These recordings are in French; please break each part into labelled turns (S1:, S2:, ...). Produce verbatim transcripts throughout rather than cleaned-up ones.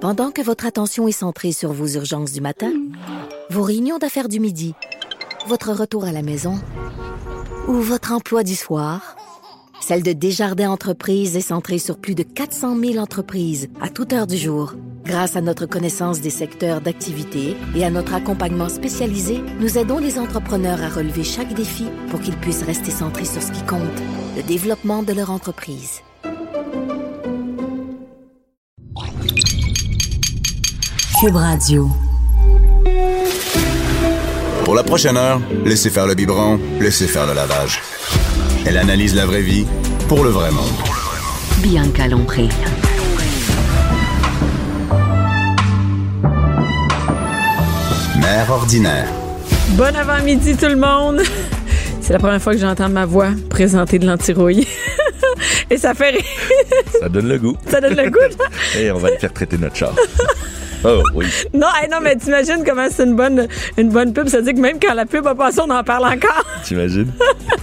S1: Pendant que votre attention est centrée sur vos urgences du matin, vos réunions d'affaires du midi, votre retour à la maison ou votre emploi du soir, celle de Desjardins Entreprises est centrée sur plus de quatre cent mille entreprises à toute heure du jour. Grâce à notre connaissance des secteurs d'activité et à notre accompagnement spécialisé, nous aidons les entrepreneurs à relever chaque défi pour qu'ils puissent rester centrés sur ce qui compte, le développement de leur entreprise.
S2: Cube Radio.
S3: Pour la prochaine heure, laissez faire le biberon, laissez faire le lavage. Elle analyse la vraie vie pour le vrai monde.
S2: Bianca Lompré.
S3: Mère ordinaire.
S4: Bon avant-midi tout le monde. C'est la première fois que j'entends ma voix présenter de l'antirouille. Et ça fait rire.
S5: Ça donne le goût.
S4: Ça donne le goût.
S5: Et on va le faire traiter notre char. Oh oui.
S4: Non, hey, non, mais t'imagines comment c'est une bonne, une bonne pub. Ça veut dire que même quand la pub a passé, on en parle encore.
S5: T'imagines?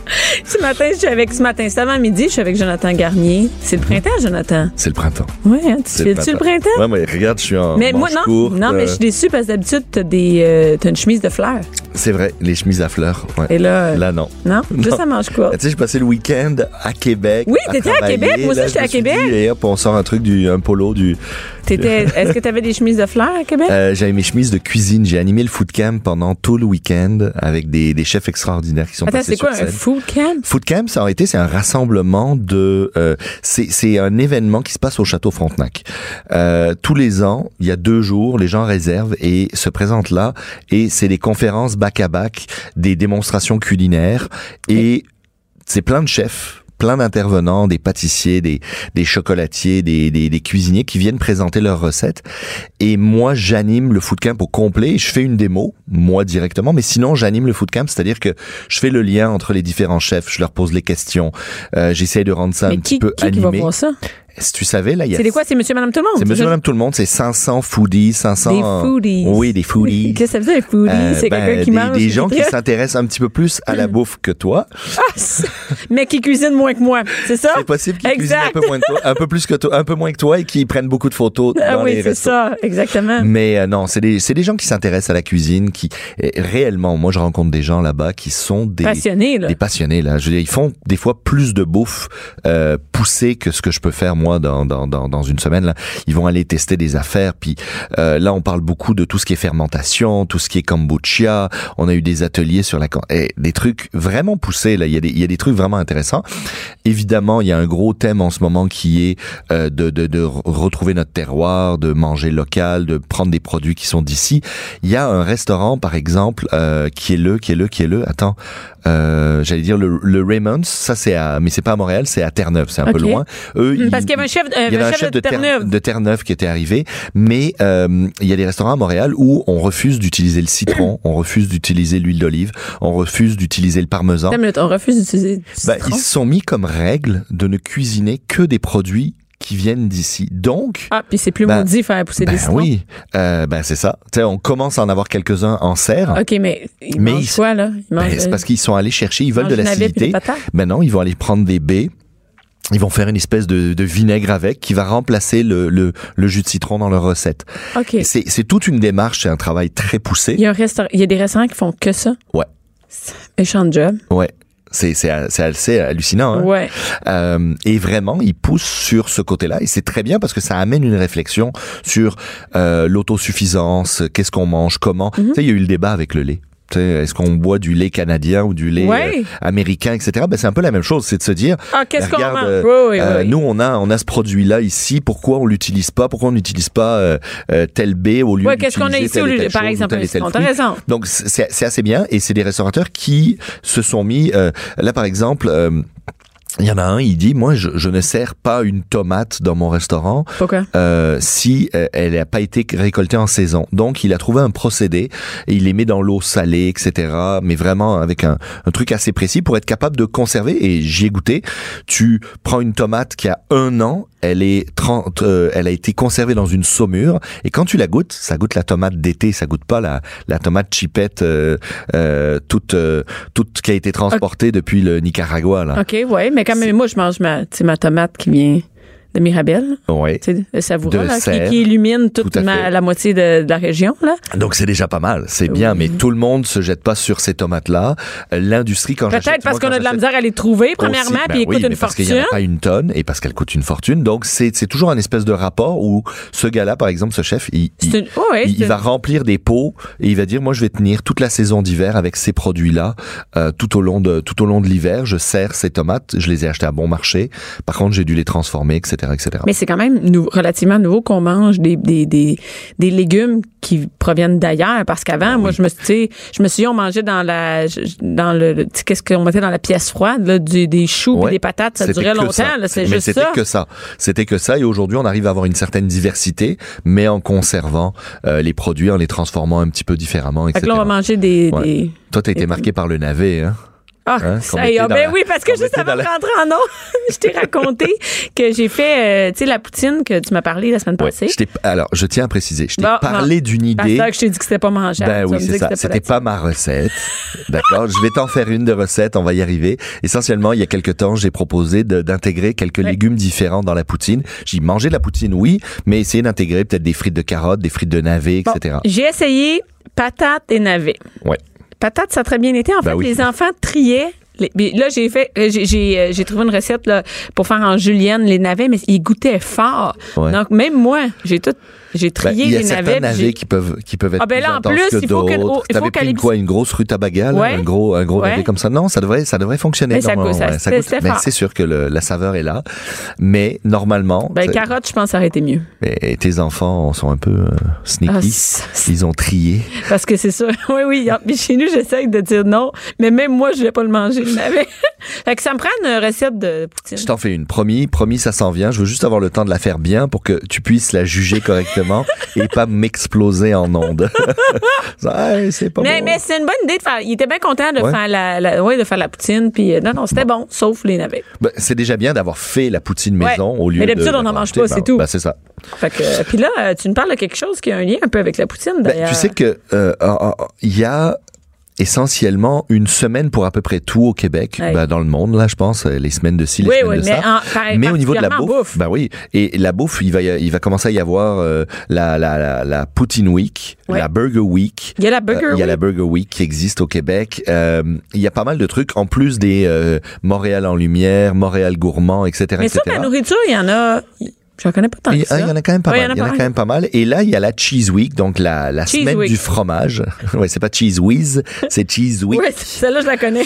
S4: Ce matin, je suis avec, ce matin, c'est avant midi, je suis avec Jonathan Garnier. C'est le printemps, Jonathan?
S5: C'est le printemps.
S4: Oui, hein, tu fais-tu le printemps?
S5: Ouais, mais regarde, je suis en
S4: mais
S5: manche
S4: moi, non,
S5: courte.
S4: Non, mais je suis déçue parce que d'habitude, t'as des, euh, t'as une chemise de fleurs.
S5: C'est vrai, les chemises à fleurs. Ouais.
S4: Et là,
S5: là, non.
S4: Non? Juste
S5: non.
S4: à manche courte.
S5: Tu sais, j'ai passé le week-end à Québec.
S4: Oui, t'étais à, à Québec. Moi aussi, j'étais à Québec.
S5: Dit, et hop, on sort un truc, du, un polo, du.
S4: T'étais, est-ce que t'avais des chemises de fleurs à Québec?
S5: Euh, j'avais mes chemises de cuisine. J'ai animé le food camp pendant tout le week-end avec des, des chefs extraordinaires qui sont
S4: Attends,
S5: passés
S4: sur scène. Attends, c'est quoi un food camp?
S5: Food camp, ça a été, c'est un rassemblement de, euh, c'est, c'est un événement qui se passe au Château Frontenac. Euh, tous les ans, il y a deux jours, les gens réservent et se présentent là et c'est des conférences back-à-back, des démonstrations culinaires et c'est plein de chefs, plein d'intervenants, des pâtissiers, des, des chocolatiers, des, des, des cuisiniers qui viennent présenter leurs recettes. Et moi, j'anime le food camp au complet. Je fais une démo, moi directement, mais sinon, j'anime le food camp, c'est-à-dire que je fais le lien entre les différents chefs, je leur pose les questions, euh, j'essaie de rendre ça
S4: mais
S5: un
S4: qui,
S5: petit peu
S4: qui
S5: animé.
S4: Qui va voir ça?
S5: Si tu savais, là, il y a...
S4: C'est des quoi? C'est Monsieur, Madame, Tout le monde?
S5: C'est Monsieur, Madame, Tout le monde. C'est cinq cents foodies, cinq cents...
S4: Des foodies.
S5: Oui, des foodies.
S4: Qu'est-ce que ça veut dire, les foodies? Euh, c'est ben, quelqu'un qui
S5: des,
S4: mange.
S5: Des gens qui
S4: très...
S5: s'intéressent un petit peu plus à la bouffe que toi.
S4: Ah, mais qui cuisinent moins que moi. C'est ça?
S5: C'est possible qu'ils cuisinent un peu moins que toi, un peu plus que toi, un peu moins que toi et qu'ils prennent beaucoup de photos dans
S4: ah oui,
S5: les restos.
S4: Ah oui, c'est ça. Exactement.
S5: Mais euh, non, c'est des, c'est des gens qui s'intéressent à la cuisine, qui, euh, réellement, moi, je rencontre des gens là-bas qui sont des...
S4: Passionnés, là.
S5: Des passionnés, là. Je veux dire, ils font des fois plus de bouffe euh, poussée que ce que je peux faire, moi, dans, dans, dans, dans une semaine, là. Ils vont aller tester des affaires, puis euh, là, on parle beaucoup de tout ce qui est fermentation, tout ce qui est kombucha. On a eu des ateliers sur la... Eh, des trucs vraiment poussés, là. Il y a des, il y a des trucs vraiment intéressants. Évidemment, il y a un gros thème en ce moment qui est euh, de, de, de retrouver notre terroir, de manger local, de prendre des produits qui sont d'ici. Il y a un restaurant, par exemple, euh, qui est le, qui est le, qui est le... Attends, euh, j'allais dire le, le Raymond's, ça c'est à... Mais c'est pas à Montréal, c'est à Terre-Neuve, c'est un
S4: okay.
S5: peu loin. Eux,
S4: Parce
S5: ils,
S4: qu'il y avait un chef, euh,
S5: il y avait un chef, chef de, de Terre-Neuve. de Terre-Neuve qui était arrivé, mais euh, il y a des restaurants à Montréal où on refuse d'utiliser le citron, on refuse d'utiliser l'huile d'olive, on refuse d'utiliser le parmesan.
S4: Minute, on refuse d'utiliser du
S5: ben,
S4: citron.
S5: Ils se sont mis comme règle de ne cuisiner que des produits qui viennent d'ici. Donc...
S4: Ah, puis c'est plus ben, maudit faire pousser
S5: ben
S4: des citrons.
S5: Oui, euh, ben c'est ça. Tu sais, on commence à en avoir quelques-uns en serre.
S4: OK, mais ils
S5: mais
S4: mangent
S5: ils,
S4: quoi, là? Ils mangent,
S5: ben, c'est parce qu'ils sont allés chercher, ils veulent de l'acidité. Ben non, ils vont aller prendre des baies. Ils vont faire une espèce de, de vinaigre avec qui va remplacer le, le, le jus de citron dans leur recette.
S4: OK.
S5: C'est, c'est toute une démarche, c'est un travail très poussé.
S4: Il y a, un restaurant, il y a des restaurants qui font que ça?
S5: Ouais.
S4: Méchant de job.
S5: Ouais. C'est, c'est, c'est assez hallucinant. Hein?
S4: Ouais.
S5: Euh, et vraiment, ils poussent sur ce côté-là. Et c'est très bien parce que ça amène une réflexion sur euh, l'autosuffisance, qu'est-ce qu'on mange, comment. Mm-hmm. Tu sais, il y a eu le débat avec le lait. Est-ce qu'on boit du lait canadien ou du lait
S4: ouais.
S5: euh, américain, et cetera. Ben c'est un peu la même chose, c'est de se dire.
S4: Ah, qu'est-ce
S5: ben, regarde,
S4: qu'on mange
S5: euh,
S4: oui, oui,
S5: euh,
S4: oui.
S5: Nous, on a, on a ce produit-là ici. Pourquoi on l'utilise pas Pourquoi on n'utilise pas euh, euh, tel baie au lieu
S4: ouais,
S5: d'utiliser
S4: qu'est-ce qu'on a ici
S5: tel
S4: au lieu,
S5: tel
S4: par
S5: chose,
S4: exemple,
S5: tel tel
S4: t'as raison.
S5: Donc c'est, c'est assez bien. Et c'est des restaurateurs qui se sont mis. Euh, là, par exemple. Euh, Il y en a un, il dit, moi, je, je ne sers pas une tomate dans mon restaurant.
S4: Pourquoi?
S5: Euh, si euh, elle n'a pas été récoltée en saison. Donc, il a trouvé un procédé et il les met dans l'eau salée, et cetera. Mais vraiment avec un, un truc assez précis pour être capable de conserver. Et j'y ai goûté. Tu prends une tomate qui a un an, elle est trente, euh, elle a été conservée dans une saumure. Et quand tu la goûtes, ça goûte la tomate d'été, ça goûte pas la, la tomate chipette euh, euh, toute, euh, toute qui a été transportée okay. depuis le Nicaragua. Là.
S4: Ok, ouais. Mais quand même, moi, je mange ma, ma tomate qui vient de Mirabelle.
S5: Oui.
S4: Tu sais, le Savoura,
S5: De
S4: là, qui,
S5: Serre.
S4: qui illumine toute
S5: Tout à
S4: ma-
S5: fait.
S4: la moitié de, de la région, là.
S5: Donc c'est déjà pas mal, c'est bien, mais tout le monde se jette pas sur ces tomates-là. Euh, L'industrie, quand j'achète...
S4: Peut-être parce
S5: moi, quand
S4: qu'on a de la
S5: j'achète-
S4: misère à les trouver, premièrement,
S5: Aussi, ben
S4: puis ils
S5: oui,
S4: coûtent
S5: mais
S4: une
S5: parce qu'il n'y en
S4: fortune.
S5: a pas une tonne et parce qu'elle coûte une fortune. Donc, c'est, c'est toujours un espèce de rapport où ce gars-là, par exemple, ce chef, il,
S4: C'est
S5: il,
S4: une- oh ouais,
S5: il-
S4: c'est
S5: il va
S4: une-
S5: remplir des pots et il va dire, moi, je vais tenir toute la saison d'hiver avec ces produits-là, euh, tout au long de, tout au long de l'hiver. Je sers ces tomates. Je les ai achetées à bon marché. Par contre, j'ai dû les transformer, et cetera, et cetera.
S4: Mais c'est quand même nou- relativement nouveau qu'on mange des, des, des, des légumes qui proviennent d'ailleurs, parce qu'avant, moi, je me suis, tu sais, je me suis dit, on mangeait dans la, dans le, le- tu sais, qu'est-ce qu'on mettait dans la pièce froide, là, du, des choux
S5: Ouais.
S4: et des patates, ça
S5: C'était
S4: durait
S5: que
S4: longtemps,
S5: ça.
S4: là, c'est
S5: Mais
S4: juste
S5: c'était
S4: ça.
S5: que ça. C'était que ça. Et aujourd'hui, on arrive à avoir une certaine diversité, mais en conservant euh, les produits, en les transformant un petit peu différemment,
S4: Fait
S5: et cetera.
S4: que là, on va manger des,
S5: Ouais.
S4: des...
S5: Toi, t'as été marqué par le navet, hein?
S4: Ah,
S5: Hein,
S4: ça
S5: qu'on
S4: y est.
S5: mettait
S4: Ah,
S5: dans
S4: ben
S5: la-
S4: oui, parce que
S5: qu'on
S4: juste
S5: mettait
S4: avant
S5: dans
S4: de
S5: la-
S4: rentrer en ondes, je t'ai raconté que j'ai fait, euh, tu sais, la poutine que tu m'as parlé la semaine
S5: Ouais,
S4: passée.
S5: je t'ai- alors, je tiens à préciser, je t'ai
S4: Bon,
S5: parlé
S4: bon.
S5: d'une
S4: Parce
S5: idée.
S4: que je t'ai dit que c'était pas mangeable.
S5: Ben
S4: Tu vas
S5: oui,
S4: me
S5: c'est
S4: dire
S5: ça.
S4: que
S5: C'était pas ma recette. D'accord? Je vais t'en faire une de recette, on va y arriver. Essentiellement, il y a quelques temps, j'ai proposé de- d'intégrer quelques
S4: Ouais.
S5: légumes différents dans la poutine. J'ai dit, manger de la poutine, oui, mais essayer d'intégrer peut-être des frites de carottes, des frites de navets,
S4: Bon,
S5: et cetera.
S4: j'ai essayé patates et navets.
S5: Ouais.
S4: Patates, ça a très bien été. En
S5: Ben
S4: fait,
S5: oui.
S4: les enfants triaient. Les, mais là, j'ai fait, euh, j'ai, j'ai, euh, j'ai trouvé une recette là, pour faire en julienne les navets, mais ils goûtaient fort.
S5: Ouais.
S4: Donc, même moi, j'ai tout, j'ai
S5: Ben,
S4: trié
S5: il y a
S4: les
S5: certains
S4: navets.
S5: navets
S4: j'ai-
S5: qui peuvent, qui peuvent être
S4: Ah, ben
S5: plus
S4: là, en
S5: intenses
S4: plus,
S5: que
S4: il faut que-
S5: d'autres.
S4: oh, il faut
S5: T'avais pris
S4: qu'elle
S5: une,
S4: ait-
S5: quoi, une grosse rutabaga, là,
S4: Ouais.
S5: un gros, un gros
S4: Ouais.
S5: navet comme ça. Non, ça devrait, ça devrait fonctionner.
S4: Mais ça
S5: normalement,
S4: goûte- ça-
S5: ouais.
S4: c'était-
S5: goûte-
S4: c'était
S5: ben,
S4: fort.
S5: c'est sûr que le- la saveur est là. Mais, normalement.
S4: Ben,
S5: c'est-
S4: carottes, je pense que ça aurait été mieux.
S5: mais tes enfants sont un peu euh, sneaky.
S4: Ah, c'est-
S5: Ils ont trié.
S4: Parce que c'est ça. Oui, oui. Mais chez nous, j'essaie de dire non. Mais même moi, je vais pas le manger, le navet. Fait que ça me prend une recette de poutine.
S5: Je t'en fais une. Promis, promis, ça s'en vient. Je veux juste avoir le temps de la faire bien pour que tu puisses la juger correctement et pas m'exploser en ondes. Ah, c'est pas
S4: Mais,
S5: bon.
S4: mais c'est une bonne idée de faire. Il était bien content de
S5: Ouais.
S4: faire la, la, ouais, de faire la poutine. Puis euh, non, non, c'était bon, sauf les navets.
S5: Ben, c'est déjà bien d'avoir fait la poutine maison
S4: Ouais.
S5: au lieu
S4: Mais
S5: de...
S4: d'habitude, on n'en
S5: d'avoir
S4: mange
S5: acheté.
S4: pas, c'est
S5: Ben,
S4: tout.
S5: ben, c'est ça.
S4: Fait que, euh, puis là, euh, tu me parles de quelque chose qui a un lien un peu avec la poutine,
S5: Ben,
S4: d'ailleurs.
S5: tu sais que euh, euh, euh, il y a essentiellement une semaine pour à peu près tout au Québec,
S4: Ouais.
S5: ben, dans le monde, là, je pense, euh, les semaines de ci, les
S4: Oui,
S5: semaines
S4: oui,
S5: de
S4: mais,
S5: ça.
S4: en, par-
S5: Mais au niveau de la
S4: particulièrement
S5: bouffe, ben oui, et la bouffe, il va, y a- il va commencer à y avoir euh, la, la, la, la Poutine Week,
S4: Ouais.
S5: la Burger Week.
S4: Il y a la Burger
S5: Euh, Il y a
S4: Week.
S5: la Burger Week qui existe au Québec. Euh, il y a pas mal de trucs, en plus des euh, Montréal en lumière, Montréal gourmand, et cetera,
S4: Mais
S5: et
S4: ça,
S5: cetera.
S4: la nourriture, il y en a. J'en connais pas tant
S5: Il
S4: que
S5: y,
S4: ça.
S5: il y en a quand même pas
S4: Ouais,
S5: mal. Il y en a
S4: pas
S5: quand même pas mal. Et là, il y a la Cheese Week, donc la, la
S4: Cheese
S5: semaine
S4: Week.
S5: du fromage. Ouais, c'est pas Cheese Whiz, c'est Cheese Week.
S4: Oui, celle-là, je la connais.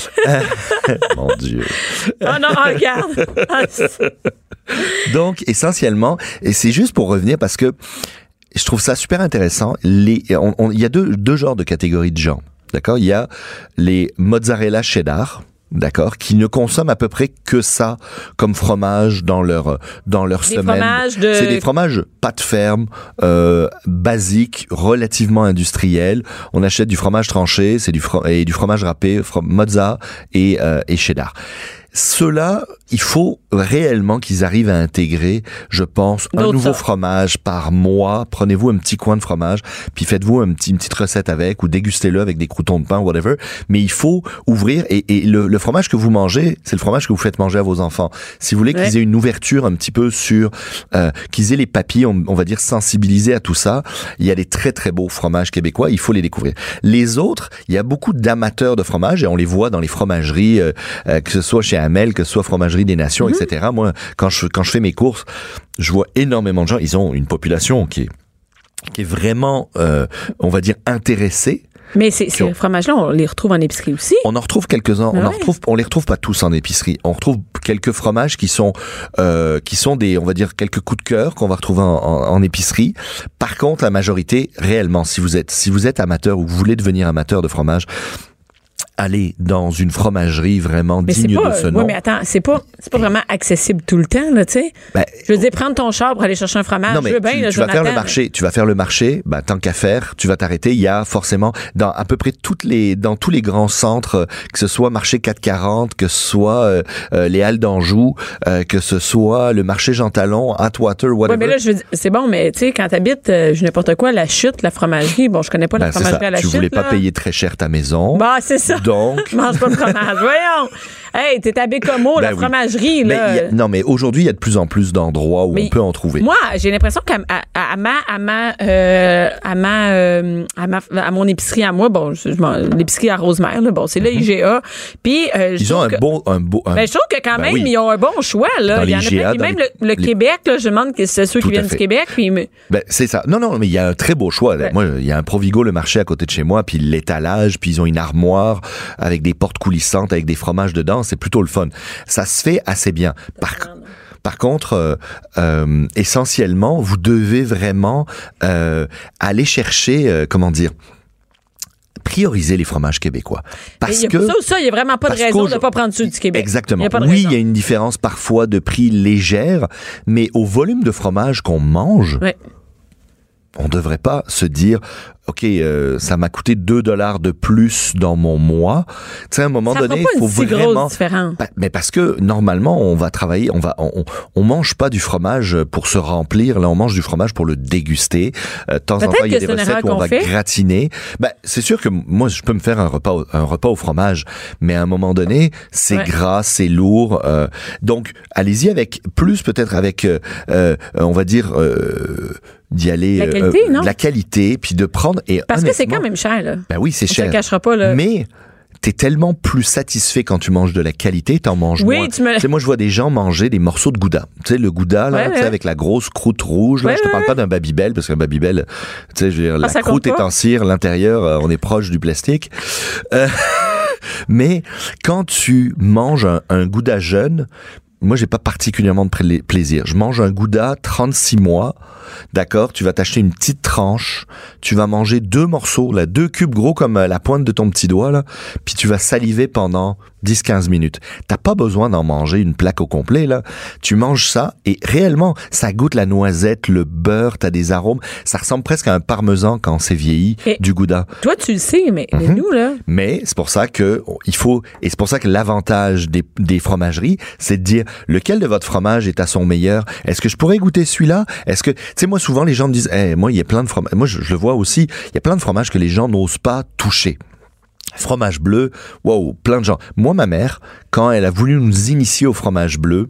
S5: Mon Dieu.
S4: Oh non, oh, regarde. Ah, c'est-
S5: Donc, essentiellement, et c'est juste pour revenir parce que je trouve ça super intéressant. Les, on- on- il y a deux, deux genres de catégories de gens. D'accord? Il y a les mozzarella cheddar. D'accord, qui ne consomment à peu près que ça comme fromage dans leur dans leur
S4: Des
S5: semaine.
S4: fromages de-
S5: C'est des fromages pâte ferme, euh, basiques, relativement industriels. On achète du fromage tranché, c'est du fro- et du fromage râpé, from- mozza et euh, et cheddar. Ceux-là, il faut réellement qu'ils arrivent à intégrer, je pense, un
S4: D'autres
S5: nouveau
S4: sortes.
S5: fromage par mois. Prenez-vous un petit coin de fromage, puis faites-vous un petit, une petite recette avec, ou dégustez-le avec des croûtons de pain, whatever. Mais il faut ouvrir, et, et le, le fromage que vous mangez, c'est le fromage que vous faites manger à vos enfants. Si vous voulez
S4: Ouais.
S5: qu'ils aient une ouverture un petit peu sur, euh, qu'ils aient les papilles, on, on va dire, sensibilisés à tout ça, il y a des très très beaux fromages québécois, il faut les découvrir. Les autres, il y a beaucoup d'amateurs de fromage, et on les voit dans les fromageries, euh, euh, que ce soit chez Hamel, que ce soit Fromagerie des Nations,
S4: Mm-hmm.
S5: et cetera. Moi, quand je, quand je fais mes courses, je vois énormément de gens, ils ont une population qui est, qui est vraiment, euh, on va dire, intéressée.
S4: Mais ces, ces fromages-là, on les retrouve en épicerie aussi.
S5: On en retrouve quelques-uns.
S4: Mais
S5: On en
S4: ouais.
S5: retrouve, on les retrouve pas tous en épicerie. On retrouve quelques fromages qui sont, euh, qui sont des, on va dire, quelques coups de cœur qu'on va retrouver en, en, en épicerie. Par contre, la majorité, réellement, si vous êtes, si vous êtes amateur ou vous voulez devenir amateur de fromage, allez dans une fromagerie vraiment
S4: Mais c'est
S5: digne
S4: pas,
S5: de ce
S4: ouais,
S5: nom.
S4: mais attends, c'est pas, c'est pas vraiment accessible tout le temps, là, tu sais.
S5: Ben,
S4: Je veux dire, prendre ton char pour aller chercher un fromage.
S5: non, mais
S4: je veux bien,
S5: tu,
S4: là,
S5: tu vas faire le
S4: Jonathan,
S5: marché, tu vas faire le marché, ben, tant qu'à faire, tu vas t'arrêter. Il y a forcément, dans à peu près toutes les, dans tous les grands centres, euh, que ce soit marché quatre cent quarante, que ce soit euh, euh, les Halles d'Anjou, euh, que ce soit le marché Jean Talon, Atwater,
S4: Ouais,
S5: whatever.
S4: mais là, je veux dire, c'est bon, mais tu sais, quand t'habites, euh, je n'importe quoi, la chute, la fromagerie, bon, je connais pas
S5: Ben,
S4: la
S5: c'est
S4: fromagerie
S5: ça.
S4: à la
S5: Tu
S4: chute.
S5: voulais pas
S4: là.
S5: payer très cher ta maison.
S4: Bah, c'est ça.
S5: Donc,
S4: Mange pas de fromage, voyons. Hey, t'es à Bécomo,
S5: Ben
S4: la
S5: oui.
S4: fromagerie,
S5: Mais
S4: là.
S5: il y a- non, mais aujourd'hui, il y a de plus en plus d'endroits où
S4: Mais
S5: on peut en trouver.
S4: Moi, j'ai l'impression qu'à à, à ma, à, ma, euh, à, ma, euh, à, ma, à mon épicerie à moi, bon, je, je m'en- l'épicerie à Rosemère, là, bon, c'est le I G A. Puis, euh, je
S5: Ils ont
S4: trouve
S5: un
S4: que-
S5: beau, un beau, un-
S4: Ben, je trouve que quand
S5: Ben
S4: même,
S5: oui.
S4: ils ont un bon choix, là.
S5: Dans
S4: Il y en a
S5: les I G A,
S4: plein. Puis
S5: dans
S4: même
S5: les-
S4: le, le
S5: les-
S4: Québec, là, je demande que c'est ceux
S5: Tout
S4: qui
S5: à
S4: viennent
S5: fait.
S4: du Québec. Puis, mais-
S5: Ben, c'est ça. Non, non, mais il y a un très beau choix.
S4: Ouais.
S5: Moi, il y a un Provigo, le marché à côté de chez moi, puis l'étalage, puis ils ont une armoire avec des portes coulissantes, avec des fromages dedans. C'est plutôt le fun. Ça se fait assez bien. Par, par contre, euh, euh, essentiellement, vous devez vraiment euh, aller chercher, euh, comment dire, prioriser les fromages québécois. Parce
S4: il y a
S5: que
S4: ça ou ça, il n'y a vraiment pas de
S5: parce
S4: raison de
S5: qu'aujourd'hui-
S4: ne pas prendre ceux du Québec.
S5: Exactement.
S4: Il y a pas de
S5: Oui,
S4: raison.
S5: il y a une différence parfois de prix légère, mais au volume de fromage qu'on mange,
S4: Ouais.
S5: on devrait pas se dire, OK, euh, ça m'a coûté deux dollars de plus dans mon mois. Tu sais, à un moment
S4: Ça fera
S5: donné,
S4: pas
S5: il faut
S4: une si
S5: vraiment...
S4: grosse différence.
S5: Ben, mais parce que normalement, on va travailler, on va, on, on mange pas du fromage pour se remplir. Là, on mange du fromage pour le déguster. Euh, de temps en
S4: Peut-être
S5: temps, il y a
S4: que
S5: des
S4: c'est une
S5: recettes
S4: erreur
S5: où on
S4: qu'on
S5: va
S4: fait.
S5: gratiner. Ben, c'est sûr que moi, je peux me faire un repas, au- un repas au fromage, mais à un moment donné, c'est
S4: Ouais.
S5: gras, c'est lourd. Euh, donc, allez-y avec plus, peut-être avec, euh, euh, on va dire. Euh, d'y aller
S4: La qualité,
S5: euh,
S4: non?
S5: de la qualité, puis de prendre et
S4: Parce que c'est
S5: honnêtement-
S4: quand même cher, là.
S5: ben oui, c'est
S4: On se
S5: cher.
S4: le cachera pas, là.
S5: Mais t'es tellement plus satisfait quand tu manges de la qualité, t'en manges
S4: Oui,
S5: moins.
S4: tu me-
S5: sais, moi, je vois des gens manger des morceaux de gouda. Tu sais, le gouda, là,
S4: Ouais,
S5: tu sais,
S4: ouais.
S5: avec la grosse croûte rouge. Là,
S4: Ouais,
S5: je te parle
S4: ouais.
S5: pas d'un Babybel, parce qu'un Babybel, tu sais, je veux dire, la
S4: ça compte
S5: croûte est
S4: pas.
S5: en cire, l'intérieur, euh, on est proche du plastique. Euh, mais quand tu manges un, un gouda jeune, moi, j'ai pas particulièrement de pla- plaisir. Je mange un gouda trente-six mois, d'accord? Tu vas t'acheter une petite tranche, tu vas manger deux morceaux, là, deux cubes gros comme euh, la pointe de ton petit doigt, là, puis tu vas saliver pendant dix à quinze minutes. T'as pas besoin d'en manger une plaque au complet, là. Tu manges ça et réellement, ça goûte la noisette, le beurre, t'as des arômes. Ça ressemble presque à un parmesan quand c'est vieilli,
S4: Et-
S5: du gouda.
S4: Toi, tu le sais, mais, mais
S5: Mhm.
S4: nous, là,
S5: Mais c'est pour ça que il faut, et c'est pour ça que l'avantage des, des fromageries, c'est de dire lequel de votre fromage est à son meilleur. Est-ce que je pourrais goûter celui-là? Est-ce que, tu sais, moi, souvent, les gens me disent, hey, moi, il y a plein de fromages, moi, je, je le vois aussi, il y a plein de fromages que les gens n'osent pas toucher. Fromage bleu, wow, plein de gens. Moi, ma mère, quand elle a voulu nous initier au fromage bleu,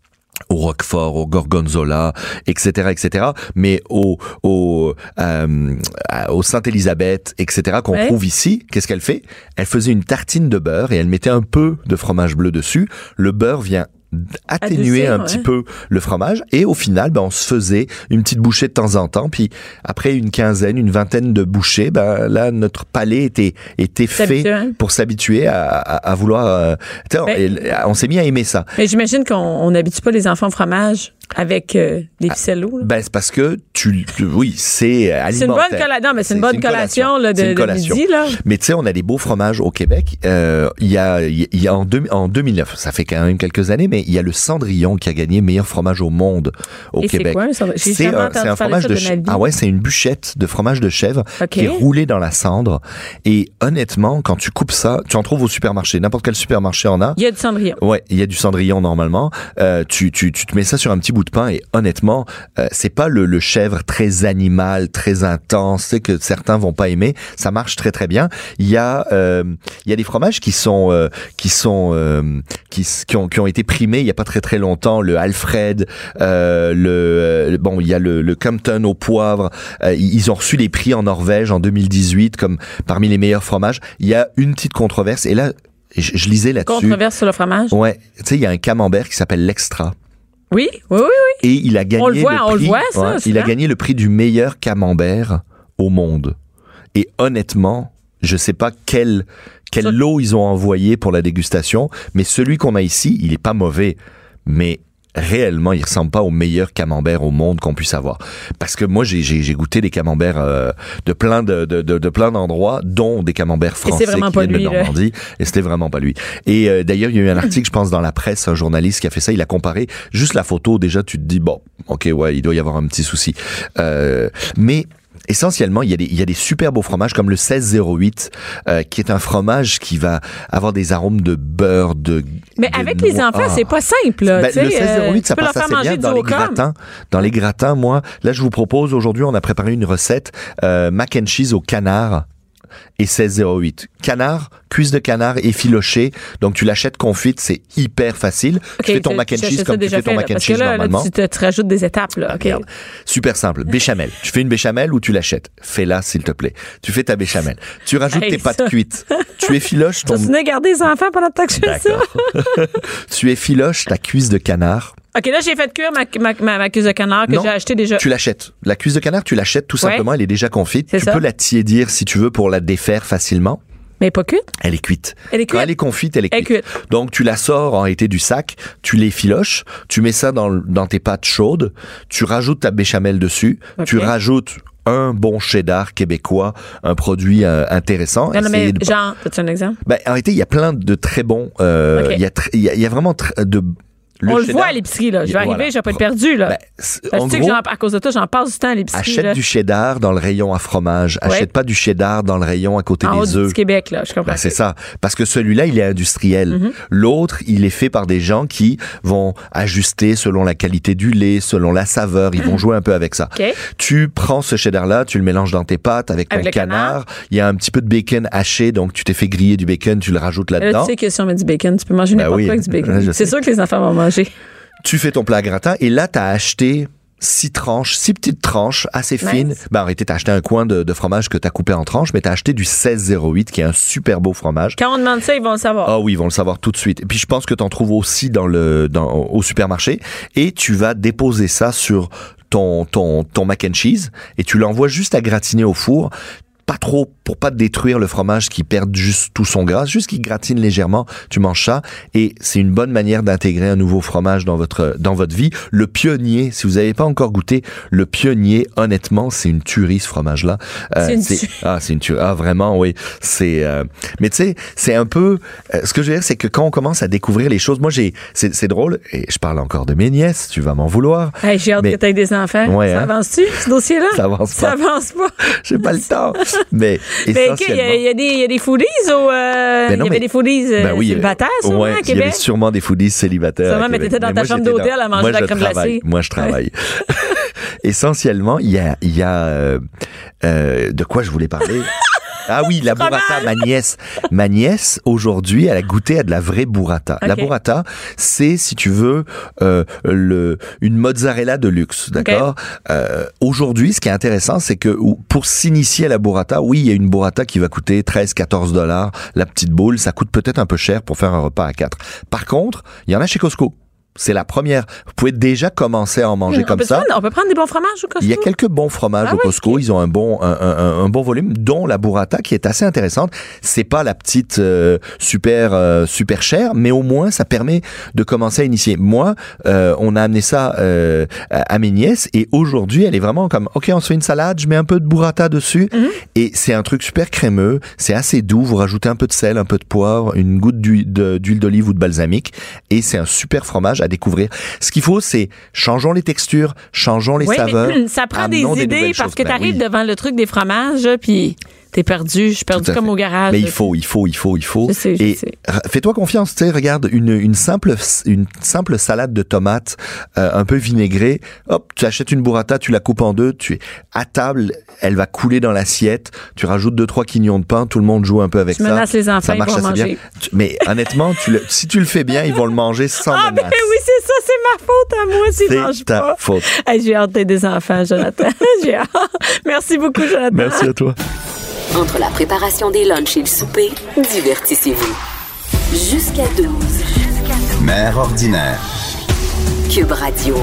S5: au Roquefort, au Gorgonzola, et cetera, et cetera, mais au au euh, au Sainte-Élisabeth, et cetera, qu'on
S4: Ouais.
S5: trouve ici, qu'est-ce qu'elle fait? Elle faisait une tartine de beurre et elle mettait un peu de fromage bleu dessus. Le beurre vient atténuer
S4: Adoucir,
S5: un
S4: ouais.
S5: petit peu le fromage et au final, ben, on se faisait une petite bouchée de temps en temps, puis après une quinzaine, une vingtaine de bouchées, ben là, notre palais était était fait
S4: S'habituer, hein.
S5: pour s'habituer à, à, à vouloir... euh, tu sais, on-
S4: Ben-
S5: et- on s'est mis à aimer ça.
S4: mais j'imagine qu'on on n'habitue pas les enfants au fromage avec euh, des ficellos, là.
S5: Ben, c'est parce que tu, tu- oui, c'est alimentaire.
S4: C'est une bonne collation. Non, mais c'est une bonne collation, là, de,
S5: C'est une
S4: de
S5: collation.
S4: midi, là.
S5: Mais tu sais, on a des beaux fromages au Québec. Euh, Il y a, il y a en, deux- en deux mille neuf, ça fait quand même quelques années, mais il y a le Cendrillon qui a gagné meilleur fromage au monde au
S4: Et c'est
S5: Québec.
S4: quoi, un Cendrillon? J'ai
S5: C'est
S4: jamais
S5: un,
S4: entendu
S5: c'est un
S4: parler
S5: fromage
S4: ça
S5: de,
S4: de
S5: ch-
S4: ma vie.
S5: ah ouais, c'est une bûchette de fromage de chèvre
S4: OK.
S5: qui est roulée dans la cendre. Et honnêtement, quand tu coupes ça, tu en trouves au supermarché. N'importe quel supermarché en a.
S4: Il y a du cendrillon.
S5: Ouais, il y a du cendrillon normalement. Euh, tu, tu, tu te mets ça sur un petit bout de pain et honnêtement, euh, c'est pas le, le chèvre très animal, très intense, tu sais, que certains vont pas aimer. Ça marche très très bien. Il y a, euh, il y a des fromages qui sont, euh, qui sont, euh, qui, s- qui ont, qui ont été primés il y a pas très très longtemps. Le Alfred, euh, le, euh, bon, il y a le, le Compton au poivre. Euh, ils ont reçu les prix en Norvège en deux mille dix-huit comme parmi les meilleurs fromages. Il y a une petite controverse et là, je, je lisais là-dessus.
S4: Controverse sur le fromage.
S5: Ouais, tu sais, il y a un camembert qui s'appelle l'Extra.
S4: Oui, oui, oui, oui.
S5: Et il a gagné
S4: On le voit,
S5: le
S4: on le
S5: prix,
S4: voit, ça,
S5: ouais, il a
S4: souvent.
S5: gagné le prix du meilleur camembert au monde. Et honnêtement, je sais pas quel quel
S4: Ça-
S5: lot ils ont envoyé pour la dégustation, mais celui qu'on a ici, il est pas mauvais, mais réellement, il ressemble pas au meilleur camembert au monde qu'on puisse avoir. Parce que moi, j'ai j'ai, j'ai goûté des camemberts euh, de plein de, de, de, de plein d'endroits, dont des camemberts
S4: c'est
S5: français
S4: vraiment
S5: qui
S4: pas
S5: viennent
S4: lui,
S5: de
S4: là.
S5: Normandie. Et c'était vraiment pas lui. Et euh, d'ailleurs, il y a eu un article, je pense, dans la presse, un journaliste qui a fait ça. Il a comparé juste la photo. Déjà, tu te dis bon, ok, ouais, il doit y avoir un petit souci. Euh, mais essentiellement, il y a des, il y a des super beaux fromages comme le seize zéro huit, euh, qui est un fromage qui va avoir des arômes de beurre, de
S4: Mais
S5: de
S4: avec les
S5: noix.
S4: enfants,
S5: Ah.
S4: c'est pas simple, là.
S5: Ben,
S4: tu sais,
S5: le seize zéro huit,
S4: euh,
S5: ça
S4: tu peux leur
S5: passe
S4: faire
S5: assez
S4: manger
S5: bien
S4: du
S5: dans les
S4: Ocam.
S5: gratins. Dans les gratins, moi, là, je vous propose aujourd'hui, on a préparé une recette euh, mac and cheese au canard et seize zéro huit. Canard cuisse de canard effilochée. Donc, tu l'achètes confite, c'est hyper facile.
S4: Okay,
S5: tu fais ton mac and cheese comme tu fais ton
S4: fait,
S5: mac and
S4: parce
S5: cheese
S4: que là,
S5: normalement.
S4: Là, tu, te, tu rajoutes des étapes, là. Okay.
S5: Regarde. Super simple. Béchamel. Tu fais une béchamel ou tu l'achètes? Fais-la, s'il te plaît. Tu fais ta béchamel. Tu rajoutes
S4: hey,
S5: tes
S4: ça.
S5: pâtes cuites. Tu effiloches ton...
S4: Tu venais garder les enfants pendant que tu fais ça?
S5: Tu effiloches ta cuisse de canard.
S4: OK, là, j'ai fait cuire ma, ma, ma, ma cuisse de canard que
S5: Non,
S4: j'ai acheté déjà.
S5: Tu l'achètes. La cuisse de canard, tu l'achètes tout simplement.
S4: Ouais.
S5: Elle est déjà confite.
S4: C'est
S5: tu
S4: ça.
S5: peux la tiédir si tu veux pour la défaire facilement.
S4: Mais pas cuite?
S5: Elle est cuite.
S4: Elle est cuite.
S5: Quand elle est confite, elle est
S4: Elle est
S5: cuite.
S4: cuite.
S5: Donc, tu la sors en réalité du sac, tu l'effiloches, tu mets ça dans, dans tes pâtes chaudes, tu rajoutes ta béchamel dessus,
S4: Okay.
S5: tu rajoutes un bon cheddar québécois, un produit euh, intéressant.
S4: Non, non, mais
S5: Essayez de-
S4: genre, as-tu un exemple?
S5: Ben, en réalité, il y a plein de très bons... euh,
S4: Ok.
S5: Il y a tr- il y, a, il y a vraiment tr- de...
S4: On le
S5: cheddar-
S4: voit à l'épicerie, là. Je vais
S5: Voilà.
S4: arriver, je vais pas être perdu, là.
S5: Ben, c'est-
S4: Parce
S5: en
S4: que tu sais
S5: gros,
S4: que j'en- à cause de toi, j'en passe du temps à l'épicerie.
S5: achète
S4: là.
S5: du cheddar dans le rayon à fromage.
S4: Ouais.
S5: Achète pas du cheddar dans le rayon à côté
S4: En haut
S5: des
S4: du
S5: œufs.
S4: petit Québec, là. Je comprends.
S5: Ben, c'est ça. Parce que celui-là, il est industriel.
S4: Mm-hmm.
S5: L'autre, il est fait par des gens qui vont ajuster selon la qualité du lait, selon la saveur. Ils vont jouer un peu avec ça.
S4: OK.
S5: Tu prends ce cheddar-là, tu le mélanges dans tes pâtes avec ton
S4: Avec le
S5: canard.
S4: canard.
S5: Il y a un petit peu de bacon haché, donc tu t'es fait griller du bacon, tu le rajoutes
S4: Là,
S5: là-dedans.
S4: tu sais que si on met du bacon, tu peux manger
S5: Ben
S4: n'importe
S5: oui.
S4: quoi avec du bacon.
S5: Ouais, je
S4: C'est
S5: sais.
S4: sûr que les enfants vont manger.
S5: Tu fais ton plat gratin et là, tu as acheté six tranches, six petites tranches assez
S4: Nice.
S5: fines. Ben, en réalité, t'as acheté un coin de, de fromage que t'as coupé en tranches, mais t'as acheté du seize zéro huit, qui est un super beau fromage.
S4: Quand on demande ça, ils vont le savoir.
S5: Ah oui, ils vont le savoir tout de suite. Et puis, je pense que t'en trouves aussi dans le, dans, au supermarché. Et tu vas déposer ça sur ton, ton, ton mac and cheese et tu l'envoies juste à gratiner au four. Pas trop pour pas détruire le fromage qui perd juste tout son gras, juste qu'il gratine légèrement, tu manges ça et c'est une bonne manière d'intégrer un nouveau fromage dans votre dans votre vie. Le pionnier, si vous n'avez pas encore goûté le pionnier, honnêtement, c'est une tuerie ce fromage là.
S4: C'est une tuerie.
S5: Ah, c'est une tuerie. Ah vraiment oui, c'est euh, mais tu sais, c'est un peu euh, ce que je veux dire c'est que quand on commence à découvrir les choses, moi j'ai c'est c'est drôle et je parle encore de mes nièces, tu vas m'en vouloir.
S4: Hey, j'ai hâte
S5: mais-
S4: que tu aies des enfants.
S5: Ouais,
S4: ça
S5: hein?
S4: avance-tu, ce dossier-là?
S5: Ça avance
S4: Ça
S5: pas.
S4: avance pas.
S5: J'ai pas le temps. Mais
S4: Mais OK, il y,
S5: essentiellement
S4: a- il y a des- il y a des foodies au. euh,
S5: Ben non,
S4: il y avait
S5: mais-
S4: des foodies euh,
S5: Ben oui,
S4: célibataires, sûrement,
S5: ouais,
S4: à
S5: il y avait
S4: Québec.
S5: sûrement des foodies célibataires.
S4: Sûrement,
S5: à
S4: mais
S5: Québec.
S4: t'étais dans ta
S5: moi,
S4: chambre
S5: j'étais
S4: d'hôtel
S5: dans-
S4: à manger
S5: moi,
S4: de la
S5: je
S4: crème
S5: travaille.
S4: glacée.
S5: Moi, je travaille. Essentiellement, il y a, il y a euh, euh, de quoi je voulais parler. Ah oui, la burrata, ma nièce. Ma nièce, aujourd'hui, elle a goûté à de la vraie burrata. La
S4: Ok.
S5: burrata, c'est, si tu veux, euh, le, une mozzarella de luxe, d'accord? Euh, aujourd'hui, ce qui est intéressant, c'est que ou- pour s'initier à la burrata, oui, il y a une burrata qui va coûter treize, quatorze dollars. La petite boule, ça coûte peut-être un peu cher pour faire un repas à quatre. Par contre, il y en a chez Costco. C'est la première. Vous pouvez déjà commencer à en manger
S4: on
S5: comme
S4: peut
S5: ça.
S4: Prendre, on peut prendre des bons fromages au Costco?
S5: Il y a quelques bons fromages
S4: Ah
S5: au
S4: ouais,
S5: Costco.
S4: ok.
S5: Ils ont un bon, un, un, un bon volume, dont la burrata qui est assez intéressante. C'est pas la petite euh, super euh, super chère, mais au moins ça permet de commencer à initier. Moi, euh, on a amené ça euh, à, à mes nièces et aujourd'hui, elle est vraiment comme, ok, on se fait une salade, je mets un peu de burrata dessus
S4: Mm-hmm.
S5: et c'est un truc super crémeux. C'est assez doux. Vous rajoutez un peu de sel, un peu de poivre, une goutte d'huile de- d'huile d'olive ou de balsamique et c'est un super fromage à découvrir. Ce qu'il faut, c'est changeons les textures, changeons les
S4: Oui,
S5: saveurs.
S4: mais ça prend des
S5: amenons
S4: idées
S5: nouvelles
S4: parce
S5: choses.
S4: que
S5: Ben
S4: t'arrives
S5: oui.
S4: devant le truc des fromages, puis t'es perdu. Je suis perdu
S5: Tout à
S4: comme
S5: fait.
S4: au garage.
S5: Mais
S4: là.
S5: il faut, il faut, il faut, il faut.
S4: Je sais, je
S5: Et
S4: sais.
S5: r- fais-toi confiance, tu sais, regarde, une, une simple, une simple salade de tomates, euh, un peu vinaigrée. Hop, tu achètes une burrata, tu la coupes en deux, tu es à table, elle va couler dans l'assiette. Tu rajoutes deux, trois quignons de pain, tout le monde joue un peu avec
S4: Tu
S5: ça.
S4: menaces les enfants,
S5: ça
S4: ils
S5: marche
S4: vont
S5: assez bien.
S4: manger.
S5: Tu- mais honnêtement, tu le, si tu le fais bien, ils vont le manger sans
S4: Ah, ben
S5: menace.
S4: oui, c'est ça, c'est ma faute à moi s'ils mangent
S5: C'est ta
S4: pas.
S5: faute.
S4: Hey, j'ai hâte d'être des enfants, Jonathan. J'ai hâte. Merci beaucoup, Jonathan.
S5: Merci à toi.
S2: Entre la préparation des lunchs et le souper, divertissez-vous. Jusqu'à douze.
S3: Mère ordinaire.
S2: Cube Radio.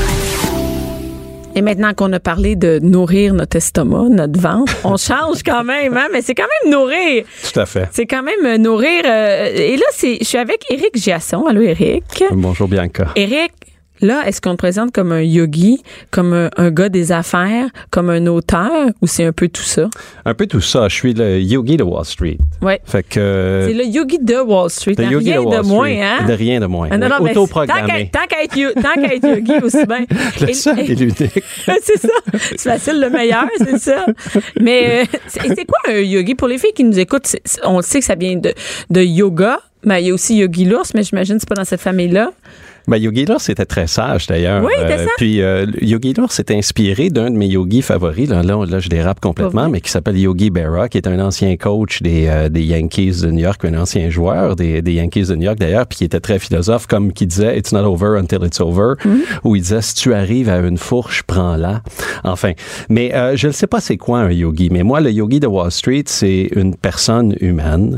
S4: Et maintenant qu'on a parlé de nourrir notre estomac, notre ventre, on change quand même, hein? Mais c'est quand même nourrir.
S6: Tout à fait.
S4: C'est quand même euh, nourrir. euh, et là, c'est, je suis avec Éric Giasson. Allô, Éric.
S6: Bonjour, Bianca.
S4: Éric, là, est-ce qu'on te présente comme un yogi, comme un, un gars des affaires, comme un auteur, ou c'est un peu tout ça?
S6: Un peu tout ça. Je suis le yogi de Wall Street.
S4: Ouais.
S6: Fait que.
S4: C'est le yogi de Wall Street.
S6: le
S4: hein,
S6: yogi
S4: rien
S6: de Wall
S4: de moins,
S6: Street.
S4: hein?
S6: De rien de moins.
S4: Ah, non,
S6: Oui,
S4: non, mais tant
S6: autoprogrammé.
S4: qu'à, tant qu'à être, yo- tant qu'à être yogi aussi bien.
S6: Le
S4: Et-
S6: seul et l'unique.
S4: c'est ça. C'est facile, le meilleur, c'est ça. Mais euh, c'est, c'est quoi un yogi? Pour les filles qui nous écoutent, c'est- on le sait que ça vient de, de yoga, mais il y a aussi Yogi l'ours, mais j'imagine que c'est pas dans cette famille-là.
S6: Ben, Yogi Lours, c'était très sage, d'ailleurs.
S4: Oui, c'était
S6: euh,
S4: ça.
S6: Puis, euh, Yogi Lours s'est inspiré d'un de mes yogis favoris. Là, là, là je dérape complètement, mais qui s'appelle Yogi Berra, qui est un ancien coach des, euh, des Yankees de New York, un ancien joueur des, des Yankees de New York, d'ailleurs, puis qui était très philosophe, comme qui disait « It's not over until it's over mm-hmm. », où il disait « Si tu arrives à une fourche, prends-la ». Enfin, mais euh, je ne sais pas c'est quoi un yogi, mais moi, le yogi de Wall Street, c'est une personne humaine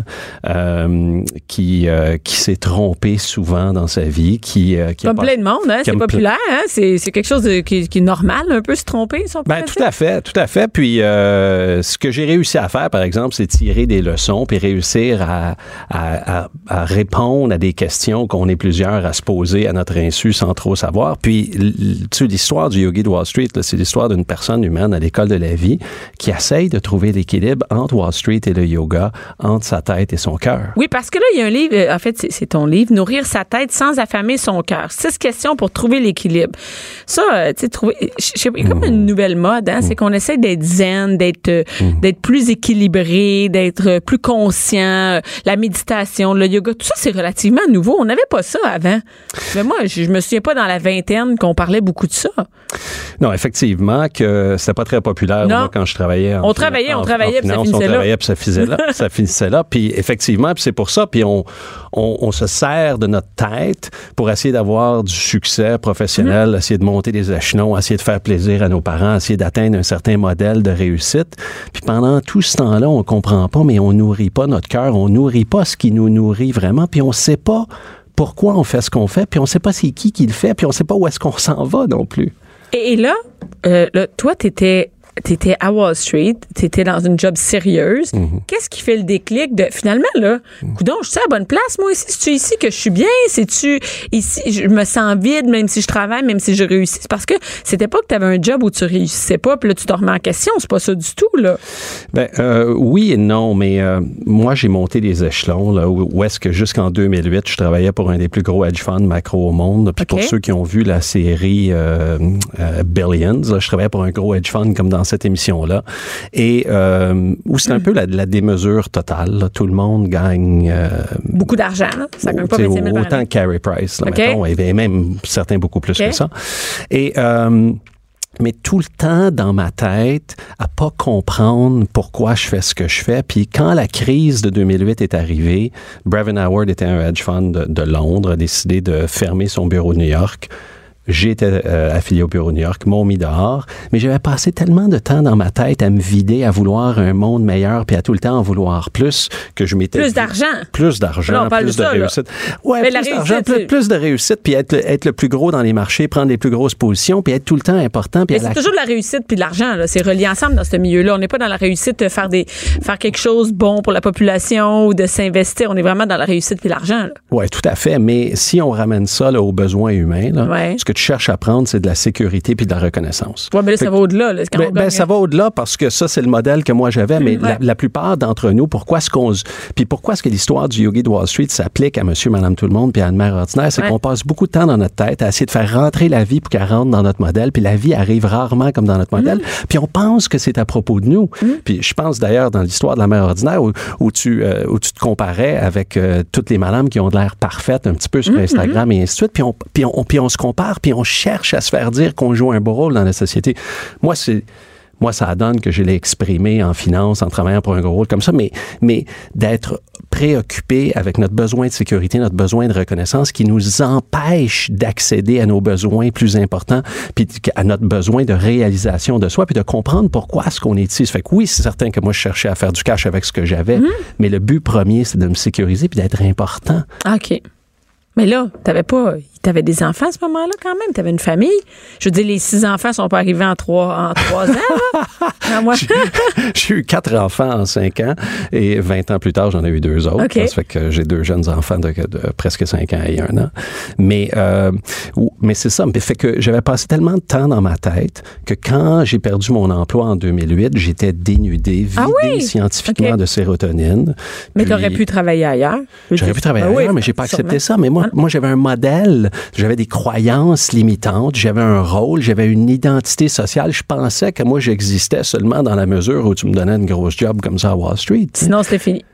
S6: euh, qui, euh, qui s'est trompée souvent dans sa vie, qui Qui
S4: Comme
S6: pas,
S4: plein de monde, hein? C'est populaire, hein? C'est, c'est quelque chose de, qui, qui est normal, un peu se tromper, si on peut
S6: ben, tout à fait, tout à fait. Puis, euh, ce que j'ai réussi à faire, par exemple, c'est tirer des leçons puis réussir à, à, à, à répondre à des questions qu'on est plusieurs à se poser à notre insu sans trop savoir. Puis, tu sais, l'histoire du yogi de Wall Street, là, c'est l'histoire d'une personne humaine à l'école de la vie qui essaye de trouver l'équilibre entre Wall Street et le yoga, entre sa tête et son cœur.
S4: Oui, parce que là, il y a un livre, en fait, c'est, c'est ton livre, Nourrir sa tête sans affamer son cœur. Six questions pour trouver l'équilibre. Ça, euh, tu sais, trouver, je sais pas, il y a comme une nouvelle mode, hein, mmh. c'est qu'on essaie d'être zen, d'être, mmh. d'être plus équilibré, d'être plus conscient, la méditation, le yoga, tout ça, c'est relativement nouveau. On n'avait pas ça avant. Mais moi, je, je me souviens pas dans la vingtaine qu'on parlait beaucoup de ça.
S6: Non, effectivement, que c'était pas très populaire moi, quand je travaillais. En
S4: on travaillait,
S6: en,
S4: on travaillait,
S6: puis ça
S4: finissait
S6: on
S4: là.
S6: travaillait, puis ça finissait là. ça finissait là. Puis effectivement, puis c'est pour ça, puis on, on, on se sert de notre tête pour essayer d'avoir du succès professionnel, mmh. essayer de monter des échelons, essayer de faire plaisir à nos parents, essayer d'atteindre un certain modèle de réussite. Puis pendant tout ce temps-là, on comprend pas, mais on nourrit pas notre cœur, on nourrit pas ce qui nous nourrit vraiment, puis on sait pas pourquoi on fait ce qu'on fait, puis on sait pas c'est qui qui le fait, puis on sait pas où est-ce qu'on s'en va non plus.
S4: Et, et là, euh, là, toi, t'étais... T'étais à Wall Street, t'étais dans une job sérieuse. Mm-hmm. Qu'est-ce qui fait le déclic de, finalement, là, mm-hmm. coudonc, je suis à la bonne place, moi, ici? C'est-tu ici que je suis bien? C'est-tu ici, je me sens vide, même si je travaille, même si je réussis? C'est parce que c'était pas que t'avais un job où tu réussissais pas, puis là, tu te remets en question. C'est pas ça du tout, là.
S6: Ben, euh, oui et non, mais euh, moi, j'ai monté les échelons, là, où, où est-ce que jusqu'en deux mille huit, je travaillais pour un des plus gros hedge funds macro au monde. Puis okay. pour ceux qui ont vu la série euh, euh, Billions, là, je travaillais pour un gros hedge fund comme dans cette émission-là. Et euh, où c'est un peu la, la démesure totale. Là. Tout le monde gagne... Euh,
S4: beaucoup d'argent. Là. Ça gagne pas vingt-cinq mille
S6: autant que Carey Price, là,
S4: okay.
S6: mettons, et même certains beaucoup plus
S4: okay.
S6: que ça. Et... Euh, mais tout le temps dans ma tête à pas comprendre pourquoi je fais ce que je fais. Puis quand la crise de deux mille huit est arrivée, Brevin Howard était un hedge fund de, de Londres, a décidé de fermer son bureau de New York. J'étais euh, affilié au bureau de New York, m'ont mis dehors, mais j'avais passé tellement de temps dans ma tête à me vider, à vouloir un monde meilleur, puis à tout le temps en vouloir plus, que je m'étais...
S4: Plus
S6: dit,
S4: d'argent.
S6: Plus d'argent,
S4: là, on parle
S6: plus
S4: de,
S6: de
S4: ça,
S6: réussite.
S4: Là.
S6: Ouais,
S4: mais
S6: plus
S4: la
S6: d'argent,
S4: réussite,
S6: plus, plus de réussite, puis être, être le plus gros dans les marchés, prendre les plus grosses positions, puis être tout le temps important. Puis
S4: mais c'est la... toujours de la réussite puis de l'argent, là. C'est relié ensemble dans ce milieu-là. On n'est pas dans la réussite de faire, des, faire quelque chose de bon pour la population ou de s'investir. On est vraiment dans la réussite puis l'argent.
S6: Oui, tout à fait. Mais si on ramène ça là, aux besoins humains, là,
S4: ouais.
S6: ce que tu cherches à prendre, c'est de la sécurité puis de la reconnaissance.
S4: Oui, mais là, ça va au-delà. Là,
S6: ben, ben, ça va au-delà parce que ça, c'est le modèle que moi j'avais, mais ouais. la, la plupart d'entre nous, pourquoi est-ce qu'on... Puis pourquoi est-ce que l'histoire du yogi de Wall Street s'applique à monsieur, madame, tout le monde puis à une mère ordinaire, c'est ouais. qu'on passe beaucoup de temps dans notre tête à essayer de faire rentrer la vie pour qu'elle rentre dans notre modèle, puis la vie arrive rarement comme dans notre modèle, mmh. puis on pense que c'est à propos de nous. Mmh. Puis je pense d'ailleurs dans l'histoire de la mère ordinaire où, où, tu, euh, où tu te comparais avec euh, toutes les madames qui ont de l'air parfaites un petit peu sur mmh. Instagram et ainsi de suite, puis on, puis, on, puis on se compare, puis on cherche à se faire dire qu'on joue un beau rôle dans la société. Moi, c'est... Moi, ça donne que je l'ai exprimé en finance, en travaillant pour un gros rôle comme ça, mais, mais d'être préoccupé avec notre besoin de sécurité, notre besoin de reconnaissance qui nous empêche d'accéder à nos besoins plus importants, puis à notre besoin de réalisation de soi, puis de comprendre pourquoi est-ce qu'on est ici. Ça fait que oui, c'est certain que moi, je cherchais à faire du cash avec ce que j'avais, mmh. mais le but premier, c'est de me sécuriser puis d'être important.
S4: OK. Mais là, t'avais pas... T'avais des enfants à ce moment-là, quand même. T'avais une famille. Je veux dire, les six enfants sont pas arrivés en trois, en trois ans, là. Non, moi...
S6: j'ai, j'ai eu quatre enfants en cinq ans et vingt ans plus tard, j'en ai eu deux autres.
S4: Okay.
S6: Ça fait que j'ai deux jeunes enfants de, de presque cinq ans et un an. Mais, euh, mais c'est ça. Mais fait que j'avais passé tellement de temps dans ma tête que quand j'ai perdu mon emploi en deux mille huit, j'étais dénudé, vidé
S4: ah oui?
S6: scientifiquement
S4: okay.
S6: de sérotonine.
S4: Mais
S6: puis,
S4: t'aurais pu travailler ailleurs.
S6: J'aurais pu travailler ben ailleurs, oui, mais j'ai pas sûrement. accepté ça. Mais moi, moi, j'avais un modèle. J'avais des croyances limitantes, j'avais un rôle, j'avais une identité sociale. Je pensais que moi, j'existais seulement dans la mesure où tu me donnais une grosse job comme ça à Wall Street.
S4: Sinon, c'était fini.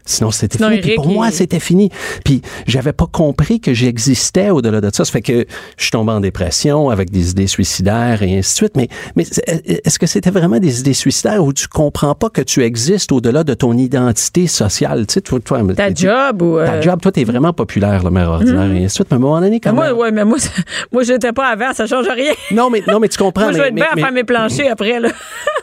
S6: Sinon, c'était
S4: Sinon,
S6: fini. Puis pour
S4: Eric,
S6: moi,
S4: il...
S6: c'était fini. Puis j'avais pas compris que j'existais au-delà de ça. Ça fait que je suis tombé en dépression avec des idées suicidaires et ainsi de suite. Mais, mais est-ce que c'était vraiment des idées suicidaires où tu comprends pas que tu existes au-delà de ton identité sociale? Tu sais, toi, toi,
S4: ta job ou... Euh...
S6: Ta job, toi, t'es vraiment populaire, le mère ordinaire mmh. et ainsi de suite. Mais à un moment donné, quand
S4: mais
S6: même...
S4: Moi, ouais, mais moi, moi, j'étais pas avant, ça change rien.
S6: Non, mais, non, mais tu comprends.
S4: Moi, je vais être
S6: mais,
S4: bien
S6: mais,
S4: à faire mes planchers après, là.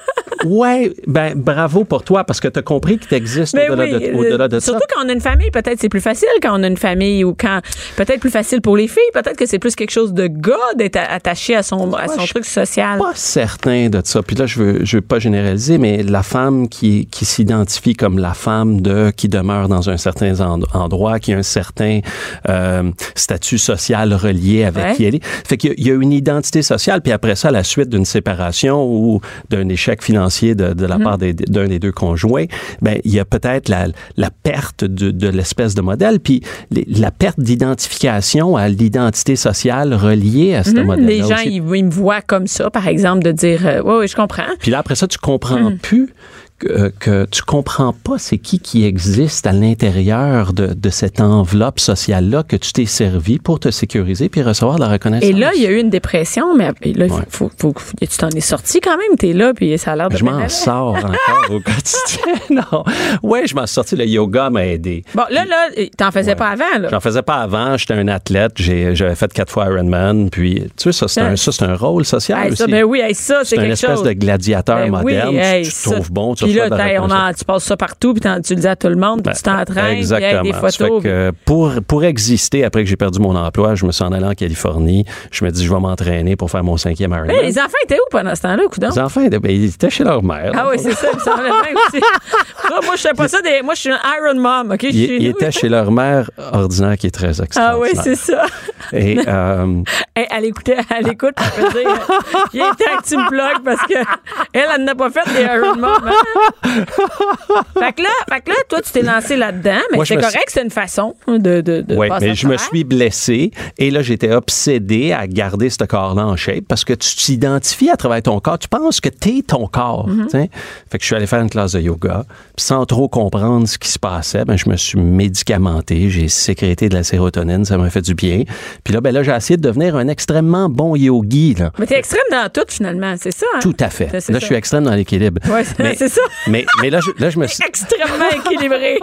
S6: Ouais, ben bravo pour toi parce que tu as compris que tu existes au-delà,
S4: oui,
S6: de, au-delà de
S4: surtout
S6: ça.
S4: Surtout quand on a une famille, peut-être c'est plus facile quand on a une famille ou quand peut-être plus facile pour les filles, peut-être que c'est plus quelque chose de gars d'être attaché à son à son ouais, truc social.
S6: Pas certain de ça. Puis là je veux je veux pas généraliser, mais la femme qui qui s'identifie comme la femme de qui demeure dans un certain endroit, qui a un certain euh, statut social relié avec ouais. qui elle est. Fait qu'il y a, il y a une identité sociale puis après ça à la suite d'une séparation ou d'un échec financier De, de la mm-hmm. part des, d'un des deux conjoints, ben il y a peut-être la, la perte de, de l'espèce de modèle, puis les, la perte d'identification à l'identité sociale reliée à ce mm-hmm. modèle.
S4: Les gens, ils, ils me voient comme ça, par exemple, de dire euh, « oui, oui, je comprends ».
S6: Puis là, après ça, tu comprends mm. plus que, que tu comprends pas c'est qui qui existe à l'intérieur de, de cette enveloppe sociale-là que tu t'es servi pour te sécuriser puis recevoir de la reconnaissance.
S4: Et là, il y a eu une dépression, mais là, il ouais. faut, faut, faut, tu t'en es sorti quand même, t'es là, puis ça a l'air de...
S6: Je m'en sors encore au quotidien. Non. Oui, je m'en suis sorti. Le yoga m'a aidé.
S4: Bon, là, là, t'en faisais ouais. pas avant, là.
S6: J'en faisais pas avant. J'étais un athlète. J'ai, j'avais fait quatre fois Ironman. Puis, tu sais, ça, c'est, un, ça, c'est un rôle social
S4: hey,
S6: aussi.
S4: Ça, ben oui, hey, ça, c'est, c'est quelque chose.
S6: C'est une espèce de gladiateur ben moderne.
S4: Oui, hey,
S6: tu te trouves bon, tu
S4: puis là, on en, tu passes ça partout, puis tu le dis à tout le monde, puis ben, tu t'entraînes, puis il y a des photos.
S6: Ça fait que pour, pour exister, après que j'ai perdu mon emploi, je me suis en allé en Californie. Je me dis, je vais m'entraîner pour faire mon cinquième Ironman.
S4: Hey, les enfants étaient où pendant ce temps-là, coudonc?
S6: Les enfants, ben, ils étaient chez leur mère.
S4: Ah oui, c'est ça, ils s'en allaient aussi. Moi, moi je sais pas ça. Des, moi, je suis une Iron Mom, OK?
S6: Ils, ils étaient chez leur mère ordinaire, qui est très extraordinaire.
S4: Ah oui, c'est ça.
S6: Et, euh...
S4: hey, elle écoutait, elle écoute, je peux dire, il est temps que tu me plugues parce que elle, elle n'a pas fait des Iron Mom. Hein? Fait que là, fait que là, toi, tu t'es lancé là-dedans, mais moi, c'est correct, suis... c'est une façon de, de, de
S6: oui,
S4: passer
S6: mais je me suis blessé et là, j'étais obsédé à garder ce corps-là en shape parce que tu t'identifies à travers ton corps. Tu penses que t'es ton corps. Mm-hmm. Fait que je suis allé faire une classe de yoga. Puis sans trop comprendre ce qui se passait, ben, je me suis médicamenté. J'ai sécrété de la sérotonine. Ça m'a fait du bien. Puis là, ben là, j'ai essayé de devenir un extrêmement bon yogi. Là.
S4: Mais t'es extrême dans tout, finalement. C'est ça, hein?
S6: Tout à fait. C'est, c'est là, ça. Je suis extrême dans l'équilibre.
S4: Oui,
S6: mais,
S4: c'est ça.
S6: Mais, mais là, je, là, je me suis...
S4: extrêmement équilibré.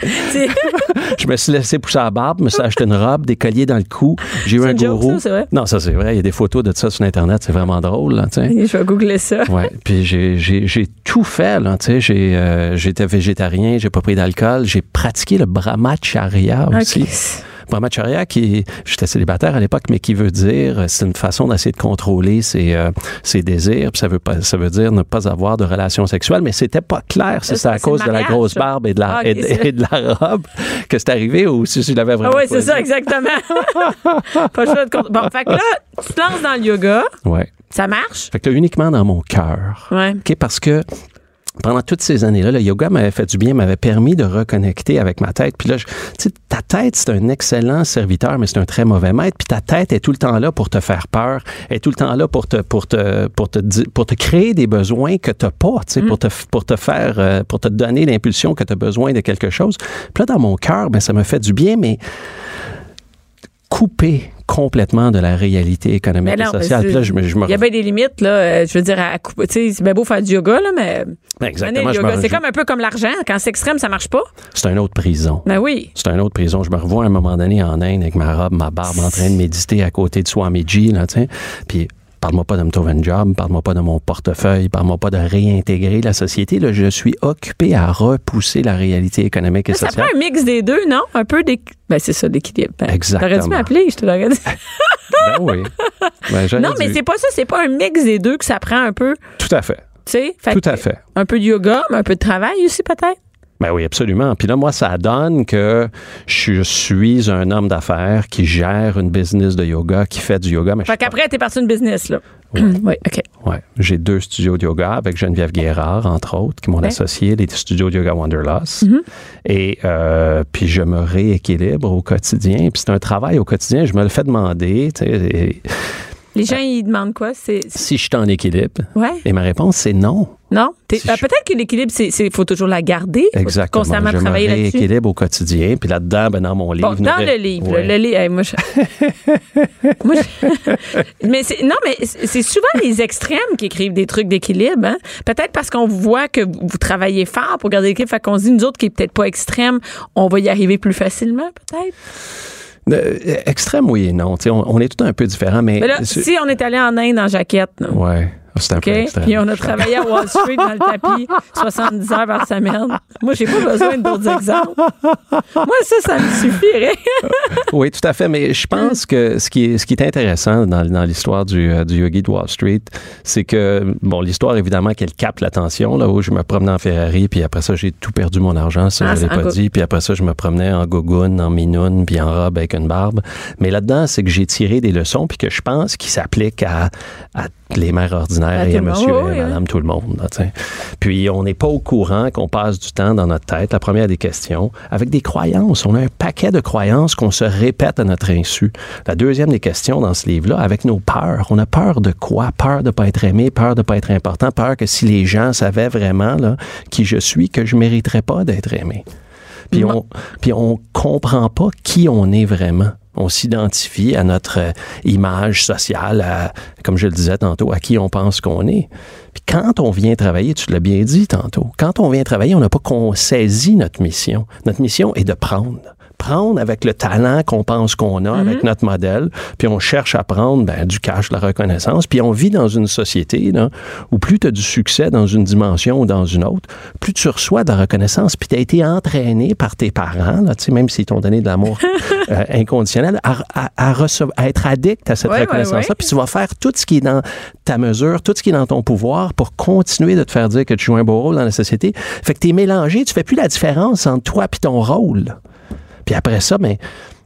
S6: Je me suis laissé pousser la barbe, me suis acheté une robe, des colliers dans le cou. J'ai eu un gourou.
S4: Joke, ça, c'est vrai?
S6: Non, ça, c'est vrai. Il y a des photos de ça sur Internet. C'est vraiment drôle. Là,
S4: je vais googler ça.
S6: Ouais. Puis j'ai, j'ai, j'ai tout fait. Là, j'ai, euh, j'étais végétarien, j'ai pas pris d'alcool. J'ai pratiqué le brahmacharya aussi. Okay. Brahmacharya, qui j'étais célibataire à l'époque, mais qui veut dire, c'est une façon d'essayer de contrôler ses, euh, ses désirs, puis ça veut pas, ça veut dire ne pas avoir de relations sexuales, mais c'était pas clair si c'est à cause de la grosse barbe et de la, ah, okay, et, de, et de la robe que c'est arrivé ou si tu l'avais vraiment.
S4: Ah oui, c'est ça, exactement. Pas le choix de compte. Bon, fait que là, tu te lances dans le yoga.
S6: Ouais.
S4: Ça marche?
S6: Fait que là, uniquement dans mon cœur.
S4: Ouais.
S6: OK, parce que pendant toutes ces années-là, le yoga m'avait fait du bien, m'avait permis de reconnecter avec ma tête. Puis là, tu sais, ta tête, c'est un excellent serviteur, mais c'est un très mauvais maître. Puis ta tête est tout le temps là pour te faire peur, est tout le temps là pour te pour te pour te pour te créer des besoins que t'as pas, tu sais, mm. pour te pour te faire pour te donner l'impulsion que tu as besoin de quelque chose. Puis là, dans mon cœur, ben ça me fait du bien, mais couper complètement de la réalité économique non, et sociale. Là, je me, je me...
S4: Il y a bien des limites, là. Je veux dire, à couper. Tu sais, c'est bien beau faire du yoga, là, mais.
S6: Exactement.
S4: Le yoga, me... C'est comme un peu comme l'argent. Quand c'est extrême, ça marche pas.
S6: C'est une autre prison.
S4: Ben oui.
S6: C'est une autre prison. Je me revois à un moment donné en Inde avec ma robe, ma barbe, en train de méditer à côté de Swamiji, là, tu sais. Puis, parle-moi pas de me trouver un job, parle-moi pas de mon portefeuille, parle-moi pas de réintégrer la société. Là, je suis occupé à repousser la réalité économique et
S4: ça,
S6: sociale.
S4: Ça prend un mix des deux, non? Un peu des... Ben, c'est ça, l'équilibre. Ben,
S6: exactement.
S4: T'aurais dû m'appeler, je te l'aurais dit.
S6: Ben oui. Ben,
S4: non, mais
S6: dit.
S4: c'est pas ça, c'est pas un mix des deux que ça prend un peu.
S6: Tout à fait.
S4: Tu sais?
S6: Tout à fait.
S4: Un peu de yoga, mais un peu de travail aussi, peut-être?
S6: Ben oui, absolument. Puis là, moi, ça donne que je suis un homme d'affaires qui gère une business de yoga, qui fait du yoga. Mais
S4: fait qu'après, pas... t'es parti d'une business, là.
S6: Ouais.
S4: Oui, OK.
S6: Ouais. J'ai deux studios de yoga avec Geneviève Guérard, entre autres, qui m'ont ouais. associé, les studios de yoga Wanderlust. Mm-hmm. Et euh, puis, je me rééquilibre au quotidien. Puis c'est un travail au quotidien. Je me le fais demander, tu sais.
S4: Les gens, ils demandent quoi? C'est, c'est...
S6: Si je suis en équilibre.
S4: Ouais.
S6: Et ma réponse, c'est non.
S4: Non? Si euh,
S6: je...
S4: Peut-être que l'équilibre, c'est, c'est faut toujours la garder.
S6: Exactement.
S4: Faut constamment
S6: je
S4: travailler
S6: me
S4: là-dessus.
S6: rééquilibre au quotidien. Puis là-dedans, ben, dans mon livre...
S4: Bon, dans
S6: ré...
S4: le livre.
S6: Ouais.
S4: Le livre, hey, moi, je... moi, je... mais c'est, non, mais c'est souvent les extrêmes qui écrivent des trucs d'équilibre. Hein? Peut-être parce qu'on voit que vous travaillez fort pour garder l'équilibre. Fait qu'on se dit, nous autres, qui est peut-être pas extrême, on va y arriver plus facilement, peut-être.
S6: Euh, extrême, oui et non. On, on est tout un peu différents, mais...
S4: Mais là, si on est allé en Inde en jaquette... Là.
S6: Ouais. C'est un
S4: okay.
S6: peu extrême.
S4: Puis on a travaillé à Wall Street dans le tapis soixante-dix heures par semaine. Moi, j'ai pas besoin d'autres exemples. Moi, ça, ça me suffirait.
S6: Oui, tout à fait. Mais je pense que ce qui est, ce qui est intéressant dans, dans l'histoire du, du yogi de Wall Street, c'est que, bon, l'histoire, évidemment, qu'elle capte l'attention, là où je me promenais en Ferrari, puis après ça, j'ai tout perdu mon argent, ça, ah, je l'ai pas go- dit. Puis après ça, je me promenais en gogoune, en minoune, puis en robe avec une barbe. Mais là-dedans, c'est que j'ai tiré des leçons, puis que je pense qu'ils s'appliquent à, à les mères ordinaires à et à monsieur oh, et oui, madame oui. tout le monde. Là, puis on n'est pas au courant qu'on passe du temps dans notre tête, la première des questions, avec des croyances. On a un paquet de croyances qu'on se répète à notre insu. La deuxième des questions dans ce livre-là, avec nos peurs. On a peur de quoi? Peur de ne pas être aimé, peur de ne pas être important, peur que si les gens savaient vraiment là, qui je suis, que je ne mériterais pas d'être aimé. Puis non. on puis on comprend pas qui on est vraiment. On s'identifie à notre euh, image sociale, à, comme je le disais tantôt, à qui on pense qu'on est. Puis quand on vient travailler, tu l'as bien dit tantôt, quand on vient travailler, on n'a pas qu'on saisit notre mission. Notre mission est de prendre. Prendre avec le talent qu'on pense qu'on a, mm-hmm. avec notre modèle, puis on cherche à prendre ben, du cash, de la reconnaissance, puis on vit dans une société là, où plus tu as du succès dans une dimension ou dans une autre, plus tu reçois de la reconnaissance, puis tu as été entraîné par tes parents, là, même s'ils t'ont donné de l'amour euh, inconditionnel, à, à, à, recevoir, à être addict à cette ouais, reconnaissance-là, ouais, ouais. Puis tu vas faire tout ce qui est dans ta mesure, tout ce qui est dans ton pouvoir pour continuer de te faire dire que tu joues un beau rôle dans la société. Fait que tu es mélangé, tu fais plus la différence entre toi et ton rôle. Puis après ça, mais...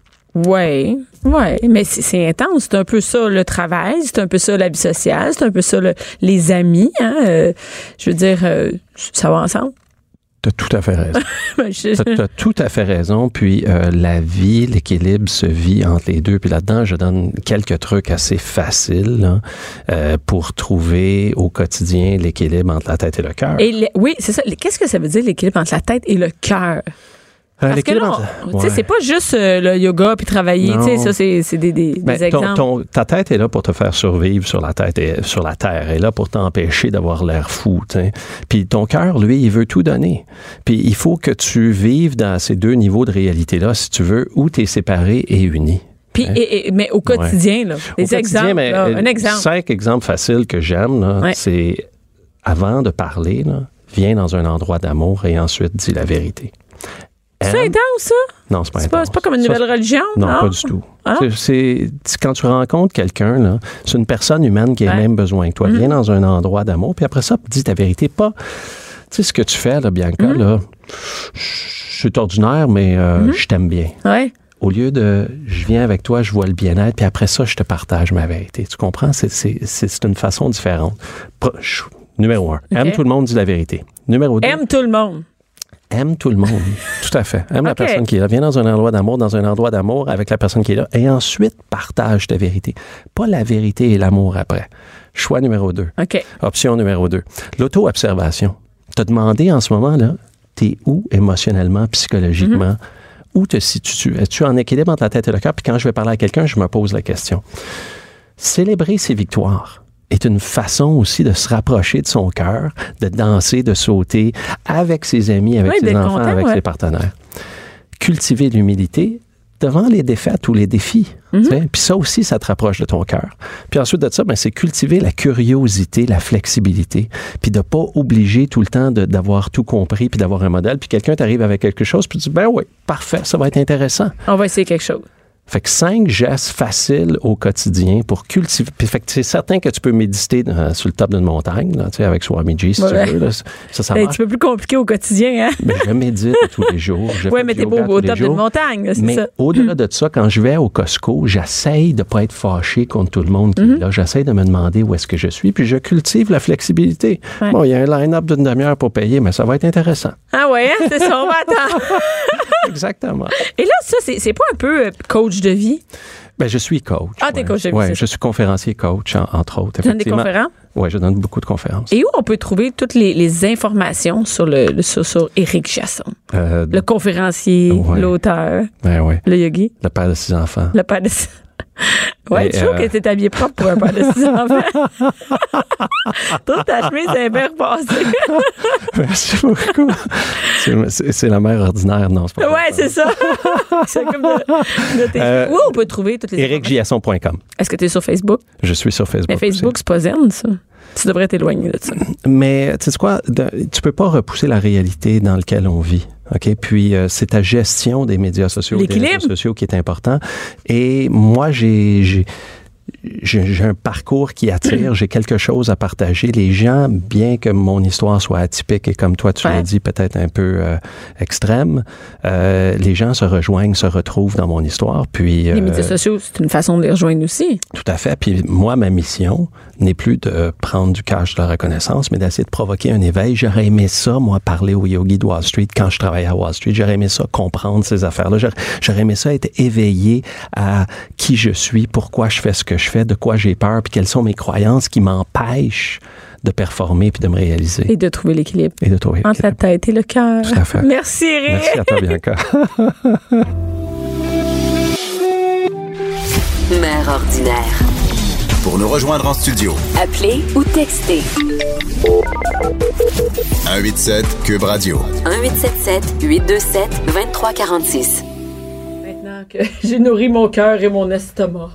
S4: Oui, oui, mais c'est, c'est intense. C'est un peu ça le travail, c'est un peu ça la vie sociale, c'est un peu ça le, les amis. Hein? Euh, je veux dire, euh, ça va ensemble.
S6: T'as tout à fait raison. je... T'as, t'as tout à fait raison. Puis euh, la vie, l'équilibre se vit entre les deux. Puis là-dedans, je donne quelques trucs assez faciles là, euh, pour trouver au quotidien l'équilibre entre la tête et le cœur.
S4: Et le, oui, c'est ça. Qu'est-ce que ça veut dire l'équilibre entre la tête et le cœur? Parce que là, on, ouais. c'est pas juste euh, le yoga puis travailler, tu sais, ça c'est, c'est des, des, ben, des exemples.
S6: Ton, ton, ta tête est là pour te faire survivre sur la tête et sur la terre, elle est là pour t'empêcher d'avoir l'air fou, tu sais. Puis ton cœur, lui, il veut tout donner. Puis il faut que tu vives dans ces deux niveaux de réalité-là, si tu veux, où tu es séparé et uni.
S4: Puis, hein? et, et, mais au quotidien, là, des au exemples,
S6: mais,
S4: là, un exemple.
S6: Cinq exemples faciles que j'aime, là, ouais. c'est avant de parler, là, viens dans un endroit d'amour et ensuite dis la vérité.
S4: C'est intense, ça?
S6: Non, c'est pas
S4: c'est
S6: intense.
S4: Pas, c'est pas comme une nouvelle
S6: ça,
S4: religion?
S6: Non,
S4: non,
S6: pas du tout.
S4: Ah.
S6: C'est, c'est, c'est quand tu rencontres quelqu'un, là, c'est une personne humaine qui a ouais. le même besoin que toi. Mm-hmm. Viens dans un endroit d'amour, puis après ça, dis ta vérité. Pas, tu sais, ce que tu fais, là, Bianca, mm-hmm. là, je suis ordinaire, mais euh, mm-hmm. je t'aime bien.
S4: Ouais.
S6: Au lieu de « je viens avec toi, je vois le bien-être, puis après ça, je te partage ma vérité ». Tu comprends? C'est, c'est, c'est, c'est une façon différente. Numéro un, okay. aime tout le monde, dis la vérité. Numéro deux,
S4: aime tout le monde.
S6: Aime tout le monde. Tout à fait. Aime okay. la personne qui est là. Viens dans un endroit d'amour, dans un endroit d'amour avec la personne qui est là. Et ensuite, partage ta vérité. Pas la vérité et l'amour après. Choix numéro deux.
S4: Okay.
S6: Option numéro deux. L'auto-observation. Te demander en ce moment-là, t'es où émotionnellement, psychologiquement? Mm-hmm. Où te situes-tu? Es-tu en équilibre entre la tête et le cœur? Puis quand je vais parler à quelqu'un, je me pose la question. Célébrer ses victoires est une façon aussi de se rapprocher de son cœur, de danser, de sauter avec ses amis, avec oui, ses enfants, content, avec ouais. ses partenaires. Cultiver l'humilité devant les défaites ou les défis. Mm-hmm. Puis ça aussi, ça te rapproche de ton cœur. Puis ensuite de ça, ben, c'est cultiver la curiosité, la flexibilité, puis de pas obliger tout le temps de, d'avoir tout compris, puis d'avoir un modèle. Puis quelqu'un t'arrive avec quelque chose, puis tu dis, ben oui, parfait, ça va être intéressant.
S4: On va essayer quelque chose.
S6: Fait que cinq gestes faciles au quotidien pour cultiver. Puis fait que c'est certain que tu peux méditer euh, sur le top d'une montagne, là, tu sais, avec Swamiji, si ouais. tu veux. Là, ça, ça
S4: c'est un
S6: marche.
S4: petit peu plus compliqué au quotidien, hein?
S6: Mais je médite tous les jours.
S4: Oui, mais t'es beau au top d'une montagne, là, c'est
S6: mais
S4: ça.
S6: Au-delà de ça, quand je vais au Costco, j'essaye de pas être fâché contre tout le monde qui mm-hmm. est là. J'essaye de me demander où est-ce que je suis, puis je cultive la flexibilité. Ouais. Bon, il y a un line-up d'une demi-heure pour payer, mais ça va être intéressant.
S4: Ah ouais, hein? C'est ça, on va attendre.
S6: Exactement.
S4: Et là, ça, c'est, c'est pas un peu coach de vie?
S6: Ben, je suis coach.
S4: Ah, t'es
S6: ouais.
S4: coach, j'ai vu
S6: ouais,
S4: ça.
S6: je suis conférencier coach, en, entre autres.
S4: Tu donnes des conférences?
S6: Oui, je donne beaucoup de conférences.
S4: Et où on peut trouver toutes les, les informations sur, le, le, sur, sur Éric Chasson?
S6: Euh,
S4: le conférencier, ouais. l'auteur,
S6: ben ouais.
S4: le yogi.
S6: Le père de six enfants.
S4: Le père de six Ouais, tu trouves
S6: euh...
S4: que t'es habillé propre pour un père de six enfants. Toute ta chemise est bien repassée.
S6: Merci beaucoup. C'est, c'est, c'est la mère ordinaire, non? C'est pas
S4: ouais, c'est ça. C'est comme de, de tes... euh, Où on peut trouver toutes les
S6: éric jasson point com.
S4: Est-ce que tu es sur Facebook?
S6: Je suis sur Facebook.
S4: Mais Facebook, aussi. C'est pas zen, ça. Tu devrais t'éloigner de ça.
S6: Mais tu sais quoi? De, tu peux pas repousser la réalité dans laquelle on vit. OK? Puis, euh, c'est ta gestion des médias sociaux,
S4: L'équilibre.
S6: des réseaux sociaux qui est important. Et moi, j'ai... j'ai J'ai, j'ai un parcours qui attire, j'ai quelque chose à partager. Les gens, bien que mon histoire soit atypique et comme toi tu ouais. l'as dit, peut-être un peu euh, extrême, euh, les gens se rejoignent, se retrouvent dans mon histoire. Puis
S4: les
S6: euh,
S4: médias sociaux, c'est une façon de les rejoindre aussi.
S6: Tout à fait. Puis moi, ma mission n'est plus de prendre du cash de la reconnaissance, mais d'essayer de provoquer un éveil. J'aurais aimé ça, moi, parler aux yogis de Wall Street quand je travaillais à Wall Street. J'aurais aimé ça comprendre ces affaires-là. J'aurais, j'aurais aimé ça être éveillé à qui je suis, pourquoi je fais ce que je fais, de quoi j'ai peur, puis quelles sont mes croyances qui m'empêchent de performer puis de me réaliser.
S4: Et de trouver l'équilibre.
S6: Et de trouver
S4: l'équilibre. Entre la tête et le cœur.
S6: Tout à fait.
S4: Merci, Éric.
S6: Merci à toi, Bianca.
S2: Mère ordinaire.
S3: Pour nous rejoindre en studio,
S2: appelez ou textez.
S3: un huit sept Cube Radio.
S2: un huit sept sept huit deux sept deux trois quatre six.
S4: Maintenant que j'ai nourri mon cœur et mon estomac.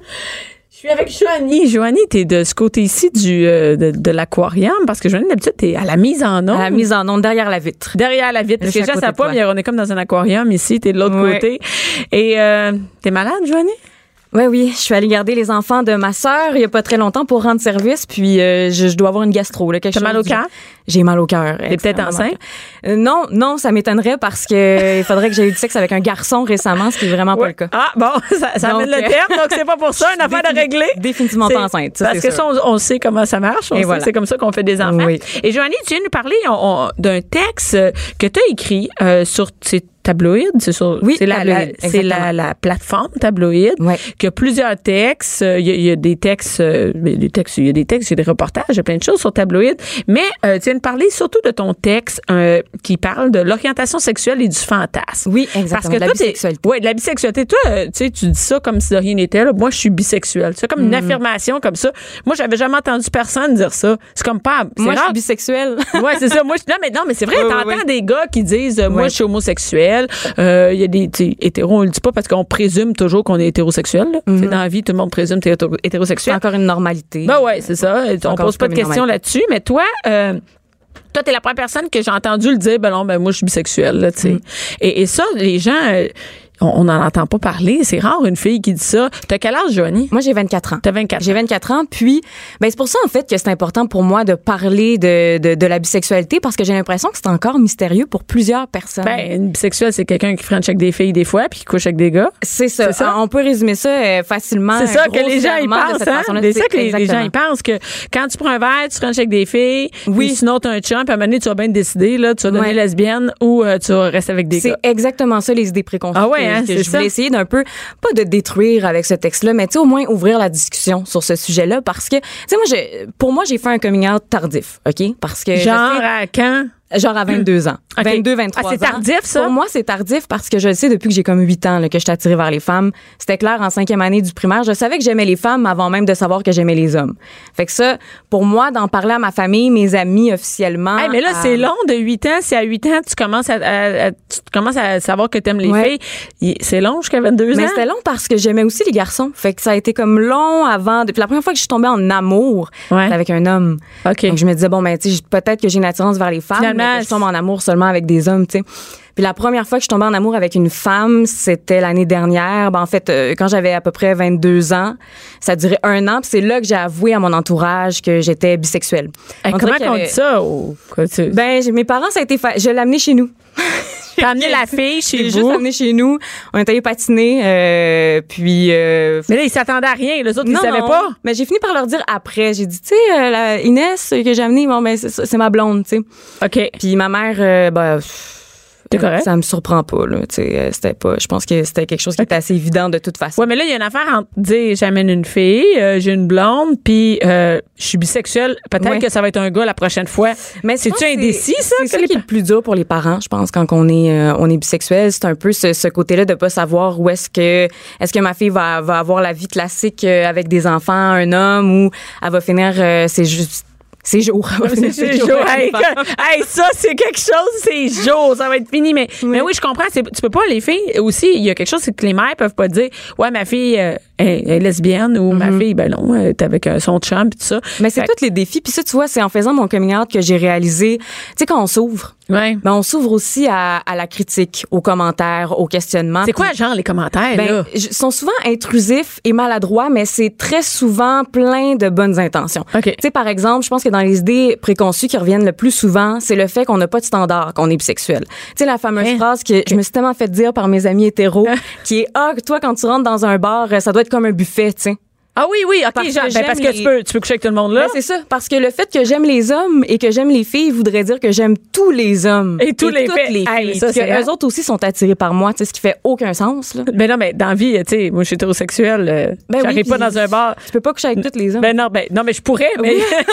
S4: Je suis avec Joanie. Joanie, t'es de ce côté-ci du, euh, de, de l'aquarium, parce que Joanie, d'habitude, t'es à la mise en onde.
S7: À la mise en onde, derrière la vitre.
S4: Derrière la vitre. Parce que les gens savent pas, mais on est comme dans un aquarium ici, t'es de l'autre ouais. côté. Et euh, t'es malade, Joanie?
S7: Oui, oui. Je suis allée garder les enfants de ma sœur il y a pas très longtemps pour rendre service, puis euh, je, je dois avoir une gastro. Là, quelque
S4: T'as
S7: chose
S4: mal au cœur?
S7: J'ai mal au cœur.
S4: T'es peut-être enceinte?
S7: Euh, non, non, ça m'étonnerait parce que il faudrait que j'aie eu du sexe avec un garçon récemment, ce qui est vraiment
S4: ouais.
S7: pas le cas.
S4: Ah, bon, ça, ça amène le terme, donc c'est pas pour ça, une affaire de régler.
S7: Définitivement
S4: c'est,
S7: pas enceinte. Ça,
S4: parce que ça, on, on sait comment ça marche. On
S7: Et
S4: sait
S7: voilà.
S4: que c'est comme ça qu'on fait des enfants.
S7: Oui.
S4: Et Joanie, tu viens nous parler on, on, d'un texte que tu as écrit euh, sur c'est Tabloïd, c'est sur
S7: oui,
S4: c'est, la, la, c'est la, la plateforme Tabloïd
S7: ouais.
S4: qui a plusieurs textes. Il y a, il y a des textes, euh, des textes, il y a des textes, il y a des reportages, il y a plein de choses sur Tabloïd. Mais euh, tu viens de parler surtout de ton texte euh, qui parle de l'orientation sexuelle et du fantasme.
S7: Oui, exactement.
S4: Parce que
S7: de la
S4: toi,
S7: bisexualité.
S4: Oui, de la bisexualité. Toi, euh, tu sais, tu dis ça comme si de rien n'était. Là. Moi, je suis bisexuelle. C'est comme mm. une affirmation comme ça. Moi, j'avais jamais entendu personne dire ça. C'est comme pas. C'est
S7: moi,
S4: rare.
S7: je suis bisexuelle.
S4: Ouais, c'est ça. Moi, je, non, mais non, mais c'est vrai. Oui, t'entends oui, oui. des gars qui disent, euh, moi,
S7: oui.
S4: je suis homosexuel. Euh, il y a des hétéros, on le dit pas parce qu'on présume toujours qu'on est hétérosexuel. Mm-hmm. Dans la vie, tout le monde présume que t'es hétérosexuel.
S7: C'est encore une normalité.
S4: Ben ouais, c'est ça. C'est on pose pas de questions là-dessus. Mais toi, euh, toi, t'es la première personne que j'ai entendu le dire, ben non, ben moi, je suis bisexuelle, là, tu sais. Mm. Et, et ça, les gens, euh, on n'en entend pas parler. C'est rare une fille qui dit ça. T'as quel âge, Joanie?
S7: Moi, j'ai vingt-quatre ans.
S4: T'as vingt-quatre ans.
S7: J'ai vingt-quatre ans. Puis, ben, c'est pour ça, en fait, que c'est important pour moi de parler de, de, de la bisexualité parce que j'ai l'impression que c'est encore mystérieux pour plusieurs personnes.
S4: Ben, une bisexuelle, c'est quelqu'un qui french avec des filles des fois puis qui couche avec des gars.
S7: C'est ça. C'est ça? On peut résumer ça euh, facilement.
S4: C'est ça que les gens y pensent, hein? C'est ça que les, les gens y pensent que quand tu prends un verre, tu frenches avec des filles. Oui. Sinon, t'as un chum puis à un moment donné, tu vas bien te décider, là, tu vas devenir ouais. lesbienne ou euh, tu vas rester avec des
S7: c'est
S4: gars.
S7: C'est exactement ça, les idées préconçues.
S4: Ah ouais, hein,
S7: que
S4: c'est
S7: je
S4: ça.
S7: voulais essayer d'un peu, pas de détruire avec ce texte-là, mais tu sais, au moins ouvrir la discussion sur ce sujet-là parce que, tu sais, moi, j'ai, pour moi, j'ai fait un coming out tardif, OK? Parce que.
S4: Genre à quand?
S7: Genre à vingt-deux ans.
S4: Okay.
S7: vingt-deux, vingt-trois ans.
S4: Ah, c'est tardif, ça?
S7: Pour moi, c'est tardif parce que je le sais depuis que j'ai comme huit ans là, que je suis attirée vers les femmes. C'était clair en cinquième année du primaire. Je savais que j'aimais les femmes avant même de savoir que j'aimais les hommes. Fait que ça, pour moi, d'en parler à ma famille, mes amis officiellement.
S4: Hey, mais là,
S7: à...
S4: c'est long de huit ans. Si à huit ans, tu commences à, à, à, tu commences à savoir que t'aimes les
S7: ouais.
S4: filles, c'est long jusqu'à vingt-deux ans?
S7: Mais c'était long parce que j'aimais aussi les garçons. Fait que ça a été comme long avant. Depuis la première fois que je suis tombée en amour,
S4: ouais.
S7: c'était avec un homme.
S4: OK.
S7: Donc, je me disais, bon, ben, tu sais, peut-être que j'ai une attirance vers les femmes,
S4: finalement,
S7: mais que je tombe en amour seulement avec des hommes, tu sais. Puis la première fois que je suis tombée en amour avec une femme, c'était l'année dernière. Ben, en fait, euh, quand j'avais à peu près vingt-deux ans, ça durait un an. Puis c'est là que j'ai avoué à mon entourage que j'étais bisexuelle.
S4: Hey, comment on avait... dit ça? Ou... Quoi, tu...
S7: Ben, mes parents, ça a été... Fa... Je l'ai amené chez nous.
S4: T'as amené la fille chez vous?
S7: J'ai juste amené chez nous. On est allé patiner. Euh, puis... Euh...
S4: Mais là, ils s'attendaient à rien. Les autres,
S7: non,
S4: ils savaient
S7: non.
S4: pas.
S7: Mais j'ai fini par leur dire après. J'ai dit, tu sais, euh, la Inès que j'ai amenée, bon, ben, c'est, c'est ma blonde, tu sais.
S4: OK.
S7: Puis ma mère, euh, ben...
S4: C'est correct.
S7: Ça me surprend pas, là. Tu sais, c'était pas. Je pense que c'était quelque chose qui était assez évident de toute façon.
S4: Ouais, mais là, il y a une affaire entre dire j'amène une fille, euh, j'ai une blonde, puis euh, je suis bisexuelle. Peut-être ouais. que ça va être un gars la prochaine fois. Mais c'est-tu indécis, ça?
S7: C'est ça qui est le plus dur pour les parents, je pense, quand on est, euh, on est bisexuel. C'est un peu ce, ce côté-là de pas savoir où est-ce que, est-ce que ma fille va, va avoir la vie classique euh, avec des enfants, un homme, ou elle va finir, euh, c'est juste, c'est jour.
S4: C'est, c'est jour. Hey, hey, ça, c'est quelque chose, c'est jour. Ça va être fini. Mais oui, mais oui je comprends. C'est, tu peux pas, les filles aussi, il y a quelque chose, c'est que les mères peuvent pas dire, ouais, ma fille euh, est, est lesbienne ou mm-hmm. ma fille, ben non, elle est avec euh, son chum, pis tout ça.
S7: Mais c'est fait tous les défis. Puis ça, tu vois, c'est en faisant mon coming out que j'ai réalisé, tu sais, quand on s'ouvre,
S4: ouais.
S7: ben on s'ouvre aussi à, à la critique, aux commentaires, aux questionnements.
S4: C'est quoi, genre, les commentaires,
S7: ben,
S4: là?
S7: Ils sont souvent intrusifs et maladroits, mais c'est très souvent plein de bonnes intentions.
S4: Okay.
S7: Tu sais, par exemple, je pense que dans les idées préconçues qui reviennent le plus souvent, c'est le fait qu'on n'a pas de standard, qu'on est bisexuel. Tu sais, la fameuse hein? phrase que je me suis tellement fait dire par mes amis hétéros, qui est « Ah, toi, quand tu rentres dans un bar, ça doit être comme un buffet, tu sais. »
S4: Ah oui, oui, OK,
S7: parce
S4: genre,
S7: que,
S4: ben parce que
S7: les...
S4: tu, peux, tu peux coucher avec tout le monde là.
S7: Ben c'est ça, parce que le fait que j'aime les hommes et que j'aime les filles voudrait dire que j'aime tous les hommes.
S4: Et tous les,
S7: toutes
S4: filles.
S7: les filles.
S4: Hey, ça,
S7: c'est eux autres aussi sont attirés par moi, tu sais, ce qui fait aucun sens. Là.
S4: Ben non, mais dans la vie, tu sais, moi je suis hétérosexuelle, euh,
S7: ben
S4: j'arrive
S7: oui,
S4: pas dans un bar.
S7: Tu peux pas coucher avec tous les hommes.
S4: Ben non, ben non, mais je pourrais, mais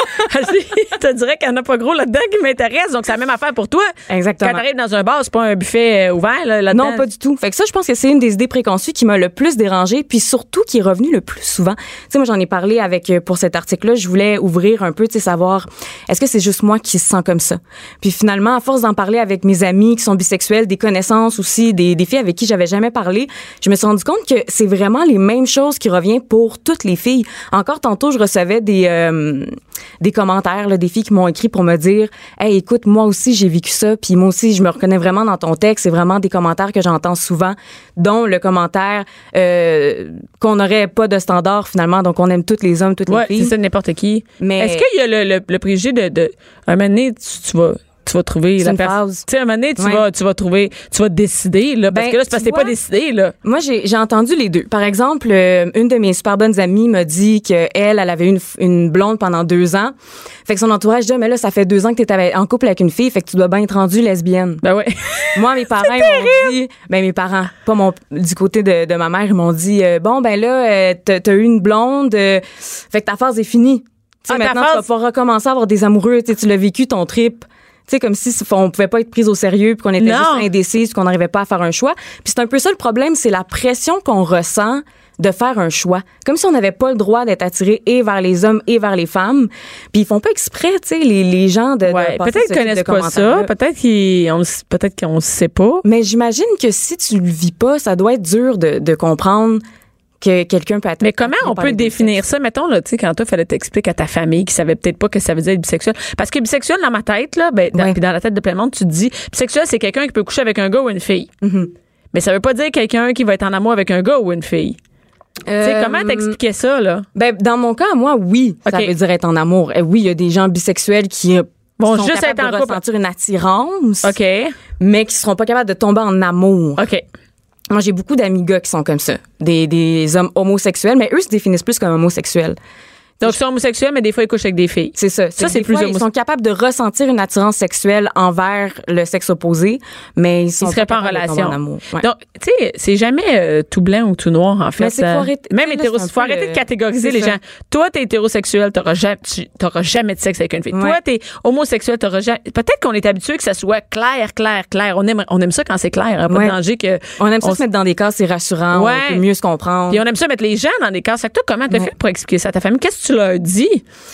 S4: je te dirais qu'il y en a pas gros là-dedans qui m'intéresse, donc c'est la même affaire pour toi.
S7: Exactement.
S4: Quand t'arrives dans un bar, c'est pas un buffet ouvert là, là-dedans.
S7: Non, pas du tout. Fait que ça, je pense que c'est une des idées préconçues qui m'a le plus dérangée, puis surtout qui est revenue le plus souvent. Tu sais, moi j'en ai parlé avec pour cet article-là, je voulais ouvrir un peu, tu sais, savoir est-ce que c'est juste moi qui se sens comme ça. Puis finalement, à force d'en parler avec mes amis qui sont bisexuels, des connaissances aussi, des, des filles avec qui j'avais jamais parlé, je me suis rendu compte que c'est vraiment les mêmes choses qui reviennent pour toutes les filles. Encore tantôt, je recevais des euh, des commentaires, là, des filles qui m'ont écrit pour me dire « Hey, écoute, moi aussi, j'ai vécu ça, puis moi aussi, je me reconnais vraiment dans ton texte. » C'est vraiment des commentaires que j'entends souvent, dont le commentaire euh, qu'on n'aurait pas de standard, finalement, donc on aime tous les hommes, toutes
S4: ouais,
S7: les filles.
S4: C'est ça, n'importe qui.
S7: Mais
S4: est-ce qu'il y a le, le, le préjugé de, de... Un moment donné, tu, tu vas... tu vas trouver
S7: c'est
S4: la
S7: personne.
S4: Tu sais, à un moment donné, tu,
S7: ouais.
S4: vas, tu vas trouver, tu vas décider, là, parce
S7: ben,
S4: que là, c'est parce que t'es pas décidé, là.
S7: Moi, j'ai, j'ai entendu les deux. Par exemple, euh, une de mes super bonnes amies m'a dit qu'elle, elle avait une, une blonde pendant deux ans. Fait que son entourage dit, ah, mais là, ça fait deux ans que t'es en couple avec une fille, fait que tu dois bien être rendue lesbienne.
S4: Ben ouais.
S7: Moi, mes parents, ils m'ont dit, ben mes parents, pas mon, du côté de, de ma mère, ils m'ont dit, euh, bon, ben là, euh, t'as, t'as eu une blonde, euh, fait que ta phase est finie. Tu sais, ah, maintenant, phase... tu vas pouvoir recommencer à avoir des amoureux, tu sais, tu l'as vécu, ton trip. Tu sais, comme si on pouvait pas être prise au sérieux puis qu'on était non. juste indécise, qu'on n'arrivait pas à faire un choix. Puis c'est un peu ça le problème, c'est la pression qu'on ressent de faire un choix. Comme si on n'avait pas le droit d'être attiré et vers les hommes et vers les femmes. Puis ils font pas exprès, tu sais, les, les gens de,
S4: ouais,
S7: de
S4: peut-être qu'ils connaissent pas ça, peut-être qu'ils on, peut-être qu'on sait pas.
S7: Mais j'imagine que si tu le vis pas, ça doit être dur de, de comprendre que quelqu'un peut être.
S4: Mais comment on peut définir ça? Mettons, là, tu sais, quand toi, il fallait t'expliquer à ta famille qui savait peut-être pas que ça faisait être bisexuel. Parce que bisexuel, dans ma tête, là, ben, dans,
S7: ouais.
S4: puis dans la tête de plein de monde, tu te dis, bisexuel, c'est quelqu'un qui peut coucher avec un gars ou une fille.
S7: Mm-hmm.
S4: Mais ça veut pas dire quelqu'un qui va être en amour avec un gars ou une fille. Euh, tu sais, comment t'expliquais ça, là?
S7: Ben, dans mon cas, moi, oui, okay. ça veut dire être en amour. Et oui, il y a des gens bisexuels qui
S4: Bon,
S7: sont
S4: juste
S7: capables
S4: être en
S7: de
S4: couple.
S7: ressentir une attirance.
S4: OK.
S7: Mais qui seront pas capables de tomber en amour.
S4: OK.
S7: Moi, j'ai beaucoup d'amis gars qui sont comme ça. Des, des hommes homosexuels, mais eux se définissent plus comme homosexuels.
S4: Donc, ils sont homosexuels, mais des fois, ils couchent avec des filles.
S7: C'est ça.
S4: Ça, c'est plus
S7: homosexuels. Ils sont capables de ressentir une attirance sexuelle envers le sexe opposé, mais ils sont
S4: ils seraient pas en relation.
S7: En amour. Ouais.
S4: Donc, tu sais, c'est jamais euh, tout blanc ou tout noir, en fait.
S7: Mais c'est faut arrêter,
S4: même hétérosexuel. Faut arrêter
S7: le...
S4: de catégoriser
S7: c'est
S4: les
S7: ça.
S4: gens. Toi, t'es hétérosexuel, t'auras jamais, tu, t'auras jamais de sexe avec une fille.
S7: Ouais.
S4: Toi, t'es homosexuel, t'auras jamais. Peut-être qu'on est habitué que ça soit clair, clair, clair. On aime, on aime ça quand c'est clair. Hein, pas
S7: ouais.
S4: de danger que.
S7: On aime ça
S4: on
S7: se mettre dans des cases, c'est rassurant.
S4: Ouais.
S7: On peut mieux se comprendre.
S4: Puis on aime ça mettre les gens dans des cases. Fait que toi, comment t'as ouais. fait pour expliquer ça à ta famille? Qu'est-ce que tu leur dis?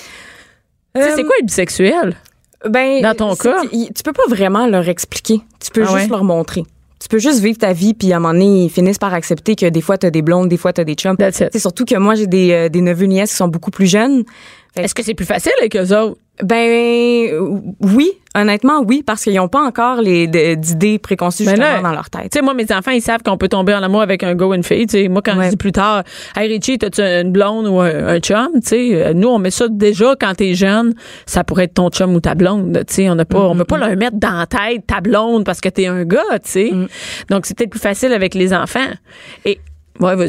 S4: Euh, tu sais, c'est quoi être bisexuel?
S7: Ben,
S4: dans ton cas?
S7: Tu peux pas vraiment leur expliquer. Tu peux
S4: ah
S7: juste
S4: ouais?
S7: leur montrer. Tu peux juste vivre ta vie, puis à un moment donné, ils finissent par accepter que des fois, t'as des blondes, des fois, t'as des chums. C'est surtout que moi, j'ai des, euh, des neveux nièces qui sont beaucoup plus jeunes.
S4: Fait Est-ce que c'est plus facile avec eux autres?
S7: Ben oui, honnêtement oui, parce qu'ils n'ont pas encore les de, d'idées préconçues justement là, dans leur tête.
S4: Tu sais, moi, mes enfants, ils savent qu'on peut tomber en amour avec un gars ou une fille. Tu sais, moi, quand ouais. je dis plus tard, hey Richie, t'as-tu une blonde ou un, un chum? Tu sais, nous, on met ça déjà quand t'es jeune, ça pourrait être ton chum ou ta blonde. Tu sais, on n'a pas, mm-hmm. on peut pas leur mettre dans la tête ta blonde parce que t'es un gars. Tu sais, mm. donc c'est peut-être plus facile avec les enfants. Et ouais, vas-y.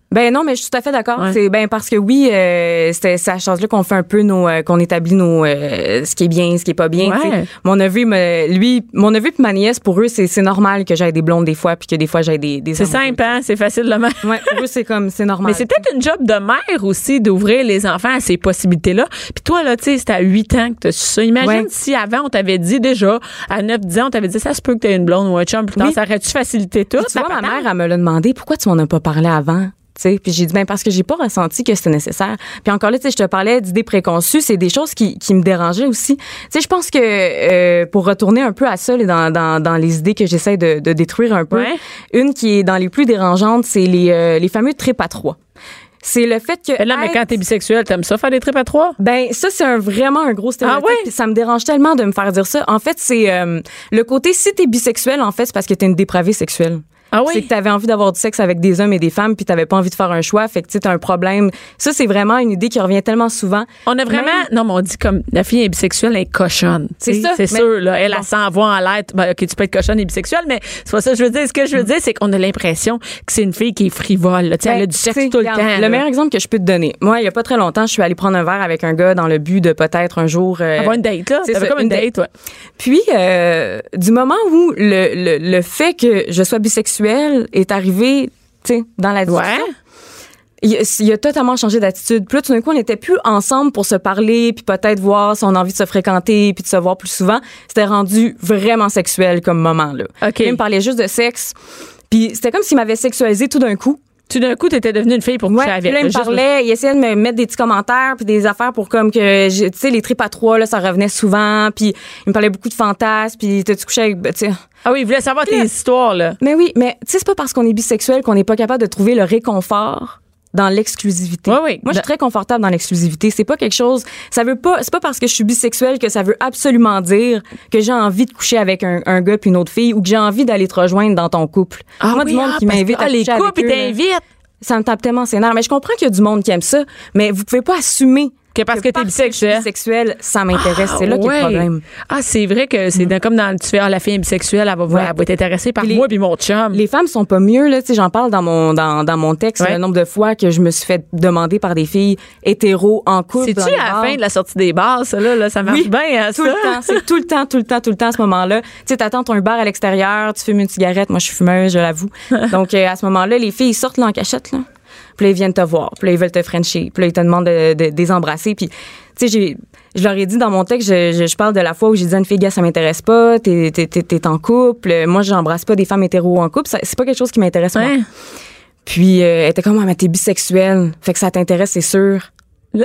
S7: Ben non, mais je suis tout à fait d'accord.
S4: Ouais.
S7: C'est ben parce que oui, euh, c'est c'est à chance là qu'on fait un peu nos, euh, qu'on établit nos, euh, ce qui est bien, ce qui est pas bien.
S4: Ouais.
S7: Mon neveu, me, lui, mon neveu puis ma nièce, pour eux, c'est c'est normal que j'aille des blondes des fois, puis que des fois j'aille des des.
S4: C'est
S7: amoureux.
S4: simple, hein? C'est facile de même.
S7: Ouais, pour eux c'est comme c'est normal.
S4: Mais c'est peut-être une job de mère aussi d'ouvrir les enfants à ces possibilités-là. Puis toi, là, tu sais, c'était à huit ans que tu as su ça. Imagine
S7: Ouais.
S4: si avant, on t'avait dit déjà, à neuf dix ans, on t'avait dit ça se peut que tu aies une blonde ou un chum plus tard,
S7: Oui.
S4: ça aurait-tu facilité tout?
S7: Puis tu vois,
S4: la
S7: ma
S4: patente?
S7: mère, elle me l'a demandé, pourquoi tu m'en as pas parlé avant? T'sais, puis j'ai dit, ben parce que j'ai pas ressenti que c'était nécessaire. Puis encore là, tu sais, je te parlais d'idées préconçues, c'est des choses qui, qui me dérangeaient aussi. Tu sais, je pense que euh, pour retourner un peu à ça, là, dans, dans, dans les idées que j'essaie de, de détruire un peu,
S4: Ouais.
S7: une qui est dans les plus dérangeantes, c'est les, euh, les fameux tripes à trois. C'est le fait que...
S4: Là, mais
S7: être-
S4: quand t'es bisexuel, t'aimes ça faire des trips à trois?
S7: ben ça c'est un vraiment un gros stéréotype.
S4: Ah ouais?
S7: Puis ça me dérange tellement de me faire dire ça. En fait, c'est euh, le côté si t'es bisexuel, en fait, c'est parce que t'es une dépravée sexuelle.
S4: Ah oui?
S7: C'est que t'avais envie d'avoir du sexe avec des hommes et des femmes, puis t'avais pas envie de faire un choix, fait que tu sais, t'as un problème. Ça, c'est vraiment une idée qui revient tellement souvent.
S4: On a vraiment.
S7: Même-
S4: Non, mais on dit comme la fille est bisexuelle, elle est cochonne.
S7: C'est
S4: Tu sais,
S7: ça,
S4: C'est
S7: mais-
S4: sûr, là. Elle,
S7: bon.
S4: elle s'envoie en lettre. Ben, OK, tu peux être cochonne et bisexuelle, mais c'est pas ça que je veux dire. Ce que je veux dire, c'est qu'on a l'impression que c'est une fille qui est frivole, là. Tu sais, elle a
S7: Ben,
S4: du sexe
S7: tu sais,
S4: tout le
S7: regarde,
S4: temps.
S7: Le
S4: là.
S7: meilleur exemple que je peux te donner. Moi, il y a pas très longtemps, je suis allée prendre un verre avec un gars dans le but de peut-être un jour euh,
S4: Avoir une date, là.
S7: c'est
S4: T'avais
S7: ça,
S4: comme une
S7: une date.
S4: date, ouais.
S7: Puis, euh, du moment où le, le, le fait que je sois bisexuelle est arrivé, tu sais, dans la discussion,
S4: Ouais.
S7: il, a- il a totalement changé d'attitude. Puis là, tout d'un coup, on n'était plus ensemble pour se parler, puis peut-être voir si on a envie de se fréquenter, puis de se voir plus souvent. C'était rendu vraiment sexuel comme moment, là.
S4: OK.
S7: Il me parlait juste de sexe. Puis c'était comme s'il m'avait sexualisé tout d'un coup.
S4: Tout d'un coup, t'étais devenue une fille pour coucher
S7: Ouais,
S4: avec.
S7: puis là, il me
S4: Juste-
S7: parlait, il essayait de me mettre des petits commentaires puis des affaires pour comme que, je- tu sais, les tripes à trois, là, ça revenait souvent, puis il me parlait beaucoup de fantasmes, puis t'as-tu couché avec, tu sais.
S4: Ah oui, il voulait savoir tes
S7: Là-
S4: histoires, là.
S7: Mais oui, mais tu sais, c'est pas parce qu'on est bisexuel qu'on n'est pas capable de trouver le réconfort dans l'exclusivité.
S4: Oui, oui.
S7: Moi, je suis très confortable dans l'exclusivité. C'est pas quelque chose, ça veut pas, c'est pas parce que je suis bisexuelle que ça veut absolument dire que j'ai envie de coucher avec un, un gars puis une autre fille ou que j'ai envie d'aller te rejoindre dans ton couple. Moi,
S4: oui,
S7: du monde
S4: ah,
S7: qui
S4: parce que-
S7: m'invite
S4: ah,
S7: à
S4: les
S7: coucher avec
S4: couples, ils
S7: eux, là,
S4: t'invitent.
S7: ça me tape tellement ses nerfs. Mais je comprends qu'il y a du monde qui aime ça, mais vous pouvez pas assumer
S4: Que parce que t'es
S7: je suis
S4: bisexuel.
S7: bisexuelle, ça m'intéresse. C'est là qu'il y a
S4: ouais.
S7: le problème.
S4: Ah, c'est vrai que c'est dans- comme dans le tu fais, ah, la fille est bisexuelle, elle va, vouloir-
S7: Ouais.
S4: elle va être intéressée par
S7: Puis les-
S4: moi puis mon chum.
S7: Les femmes sont pas mieux, là. Tu sais, j'en parle dans mon, dans, dans mon texte,
S4: Ouais.
S7: le nombre de fois que je me suis fait demander par des filles hétéros en couple.
S4: C'est-tu
S7: dans les
S4: à la
S7: bars.
S4: fin de la sortie des bars, ça, là? là ça marche
S7: Oui,
S4: bien, hein,
S7: tout
S4: ça?
S7: le temps. C'est tout le temps, tout le temps, tout le temps à ce moment-là. Tu sais, t'attends ton bar à l'extérieur, tu fumes une cigarette. Moi, je suis fumeuse, je l'avoue. Donc, euh, à ce moment-là, les filles, ils sortent là en cachette, là. Puis là, ils viennent te voir. Puis là, ils veulent te frencher. Puis là, ils te demandent de, de, de les embrasser. Puis, tu sais, j'ai, je leur ai dit dans mon texte, je, je, je parle de la fois où j'ai dit à une fille, gars, ça m'intéresse pas, t'es, t'es, t'es, t'es en couple. Moi, j'embrasse pas des femmes hétéros en couple. Ça, c'est pas quelque chose qui m'intéresse, moi.
S4: Ouais.
S7: Puis, euh, elle était comme, ah, mais t'es bisexuelle. Fait que ça t'intéresse, c'est sûr.
S4: Le-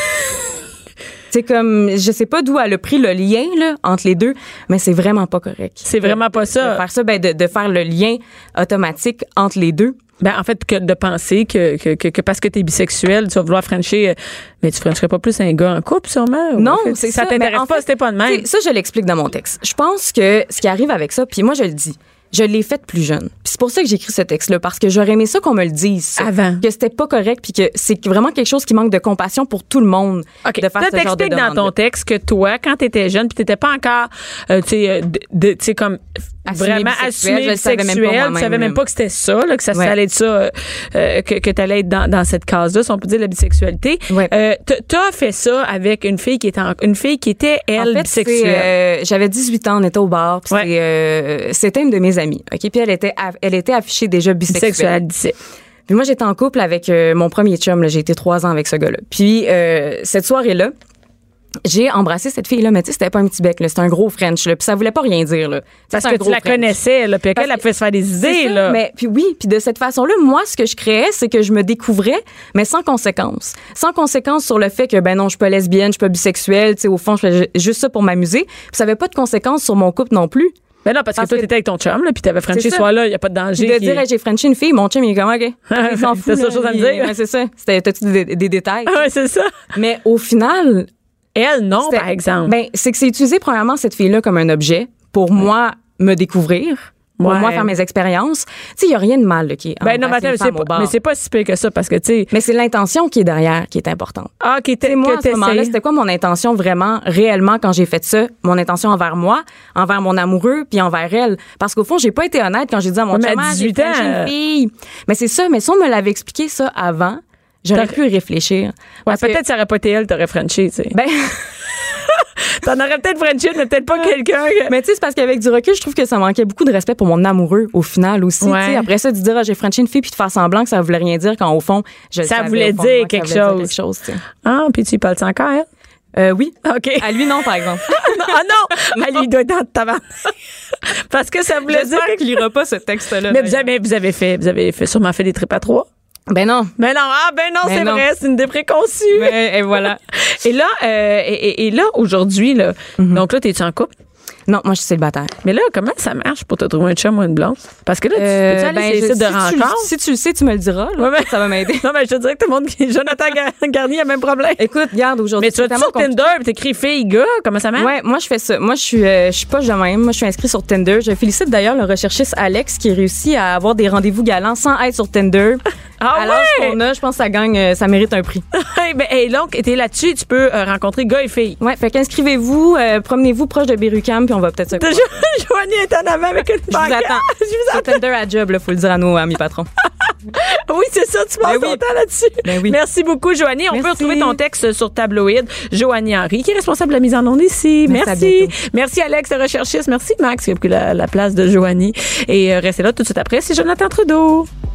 S7: C'est comme, je sais pas d'où elle a pris le lien, là, entre les deux, mais c'est vraiment pas correct.
S4: C'est vraiment pas
S7: De
S4: ça.
S7: faire ça, ben, de, de faire le lien automatique entre les deux.
S4: Ben, en fait, que de penser que, que, que, que parce que t'es bisexuel, tu vas vouloir frencher, euh, mais tu frencherais pas plus un gars en couple, sûrement? Ou
S7: Non,
S4: en fait,
S7: c'est
S4: ça.
S7: ça.
S4: t'intéresse
S7: Mais en
S4: pas,
S7: fait,
S4: c'était pas de
S7: Tu
S4: même.
S7: sais, ça, je l'explique dans mon texte. Je pense que ce qui arrive avec ça, puis moi, je le dis, je l'ai fait plus jeune. Puis c'est pour ça que j'ai écrit ce texte-là, parce que j'aurais aimé ça qu'on me le dise. ça.
S4: Avant.
S7: Que c'était pas correct, puis que c'est vraiment quelque chose qui manque de compassion pour tout le monde.
S4: OK.
S7: De faire
S4: Là,
S7: ce genre de
S4: t'expliques dans ton
S7: demande-là.
S4: texte que toi, quand t'étais jeune, puis t'étais pas encore, euh, tu sais, euh, de- de- tu sais, comme
S7: Assumé
S4: vraiment
S7: bisexuel,
S4: assumé
S7: je le savais même pas
S4: bisexuel, tu
S7: moi-même,
S4: savais même
S7: là.
S4: pas que c'était ça, là, que ça, ça
S7: Ouais.
S4: allait être ça, euh, euh, que, que t'allais être dans, dans cette case-là, si on peut dire la bisexualité.
S7: Ouais.
S4: Euh, t- t'as fait ça avec une fille qui était en- une fille qui était elle
S7: En fait,
S4: bisexuelle.
S7: c'est, euh, j'avais dix-huit ans, on était au bar, puis
S4: Ouais.
S7: c'est, euh, c'était une de mes amies. OK, puis elle était aff- elle était affichée déjà bisexuelle.
S4: bisexuelle, dix-sept.
S7: Puis moi j'étais en couple avec euh, mon premier chum, là, j'ai été trois ans avec ce gars-là. Puis euh, cette soirée-là, j'ai embrassé cette fille-là, mais tu sais, c'était pas un petit bec, là, c'était un gros French, là, puis ça voulait pas rien dire, là.
S4: Parce
S7: C'était un
S4: que tu
S7: gros
S4: la
S7: French.
S4: connaissais, là, puis
S7: Parce
S4: qu'elle, elle
S7: que-
S4: pouvait se faire des
S7: C'est
S4: idées,
S7: ça,
S4: là.
S7: Mais puis oui, puis de cette façon-là, moi, ce que je créais, c'est que je me découvrais, mais sans conséquence. Sans conséquence sur le fait que, ben non, je suis pas lesbienne, je suis pas bisexuelle, tu sais, au fond, je fais ju- juste ça pour m'amuser. Puis ça avait pas de conséquences sur mon couple non plus.
S4: Ben non, parce,
S7: Parce
S4: que toi,
S7: que-
S4: t'étais avec ton chum, là, puis t'avais franchi
S7: C'est
S4: ce
S7: ça.
S4: soir-là, il y a pas de
S7: Puis
S4: danger.
S7: de
S4: qui-
S7: dire, hey, j'ai frenché une fille, mon chum, il est comme, OK. Il s'en fout.
S4: T'as ça
S7: là,
S4: chose à me
S7: il-
S4: dire?
S7: Ouais, c'est ça. C'était, t'as-tu des, des détails?
S4: Ouais, c'est ça.
S7: Mais au final,
S4: Elle, non,
S7: c'était-
S4: par exemple.
S7: Ben, c'est que c'est utilisé, premièrement, cette fille-là comme un objet pour moi me découvrir. pour
S4: Ouais.
S7: moi faire mes expériences. Tu sais, il y a rien de mal là, qui est
S4: Ben non, mais
S7: embrasser
S4: attends,
S7: une
S4: c'est
S7: femme au
S4: pas,
S7: bar.
S4: mais c'est pas si pire que ça parce que, tu sais.
S7: Mais c'est l'intention qui est derrière qui est importante.
S4: Ah, qui était.
S7: Tu sais, moi,
S4: que
S7: à ce moment-là,
S4: t'essayes.
S7: c'était quoi mon intention vraiment, réellement, quand j'ai fait ça? Mon intention envers moi, envers mon amoureux, puis envers elle. Parce qu'au fond, j'ai pas été honnête quand j'ai dit à mon
S4: Ouais, mais à
S7: chum, ah, j'ai
S4: dix-huit ans,
S7: frenché
S4: euh,
S7: une fille. Mais c'est ça, mais si on me l'avait expliqué ça avant, j'aurais
S4: T'aurais-
S7: pu réfléchir.
S4: Ouais,
S7: Parce que-
S4: peut-être ça aurait pas été elle, t'aurais Frenché, tu sais.
S7: Ben,
S4: T'en aurais peut-être Frenché, mais peut-être pas quelqu'un. que-
S7: mais tu sais, c'est parce qu'avec du recul, je trouve que ça manquait beaucoup de respect pour mon amoureux, au final aussi.
S4: Ouais.
S7: Tu sais, après ça, de dire, ah, j'ai frenché une fille, puis de faire semblant que ça voulait rien dire, quand au fond, je le
S4: Ça
S7: savais,
S4: voulait
S7: au fond
S4: dire
S7: de moi, que
S4: quelque
S7: ça voulait dire
S4: chose.
S7: quelque chose, tu sais.
S4: Ah, puis tu y parles encore, elle?
S7: Euh, oui.
S4: OK.
S7: À lui, non, par exemple.
S4: ah non! Ah, lui, il doit être dans le tabarnak. Parce que ça voulait dire
S7: J'espère
S4: que...
S7: qu'il lira pas ce texte-là.
S4: Mais vous avez, vous avez fait, vous avez fait, sûrement fait des trips à trois.
S7: Ben non.
S4: Ben non, ah ben non,
S7: Ben
S4: c'est
S7: non.
S4: vrai, c'est une idée préconçue.
S7: Mais, et voilà.
S4: Et là, euh, et, et- et là, aujourd'hui, là, donc là, t'es-tu en couple?
S7: Non, moi, je suis célibataire.
S4: Mais là, comment ça marche pour te trouver un chum ou une blonde? Parce que là, tu
S7: Euh,
S4: peux-tu aller
S7: ben,
S4: sur les
S7: je-
S4: sites de
S7: si tu-
S4: rencontres?
S7: Si tu le sais, tu me le diras. là.
S4: Ouais, mais-
S7: Ça va m'aider.
S4: Non, mais je te dirais que tout le monde qui Jonathan Gar- Garnier a le même problème.
S7: Écoute, regarde, aujourd'hui.
S4: Mais tu vas
S7: c'est
S4: sur
S7: tellement
S4: Tinder et t'écris fille, gars, comment ça marche?
S7: Ouais, moi je fais ça. Moi je suis euh, je suis pas de même. Moi je suis inscrite sur Tinder. Je félicite d'ailleurs le recherchiste Alex qui réussit à avoir des rendez-vous galants sans être sur Tinder.
S4: Ah
S7: À l'âge
S4: ouais?
S7: qu'on a, je pense que ça gagne, euh, ça mérite un prix.
S4: Hey, ben, hey, donc, t'es là-dessus, tu peux euh, rencontrer gars et filles.
S7: Ouais, fait qu'inscrivez-vous, euh, promenez-vous proche de Berry-UQAM puis on va peut-être se
S4: Déjà,
S7: croiser.
S4: Joanie est en avant avec une
S7: Je vous
S4: pancarte.
S7: attends.
S4: Je vous
S7: Sur
S4: attends.
S7: Tinder à job, là, faut le dire à nos amis patrons.
S4: Oui, c'est ça, tu passes
S7: Ben
S4: ton
S7: oui.
S4: temps là-dessus.
S7: Ben oui.
S4: Merci beaucoup, Joanie. On peut
S7: Merci.
S4: retrouver ton texte sur Tabloïd. Joanie Henry, qui est responsable de la mise en onde ici.
S7: Merci, à
S4: Merci.
S7: bientôt.
S4: Merci, Alex, le recherchiste. Merci, Max, qui a pris la, la place de Joanie. Et euh, restez là tout de suite après. C'est Jonathan Trudeau.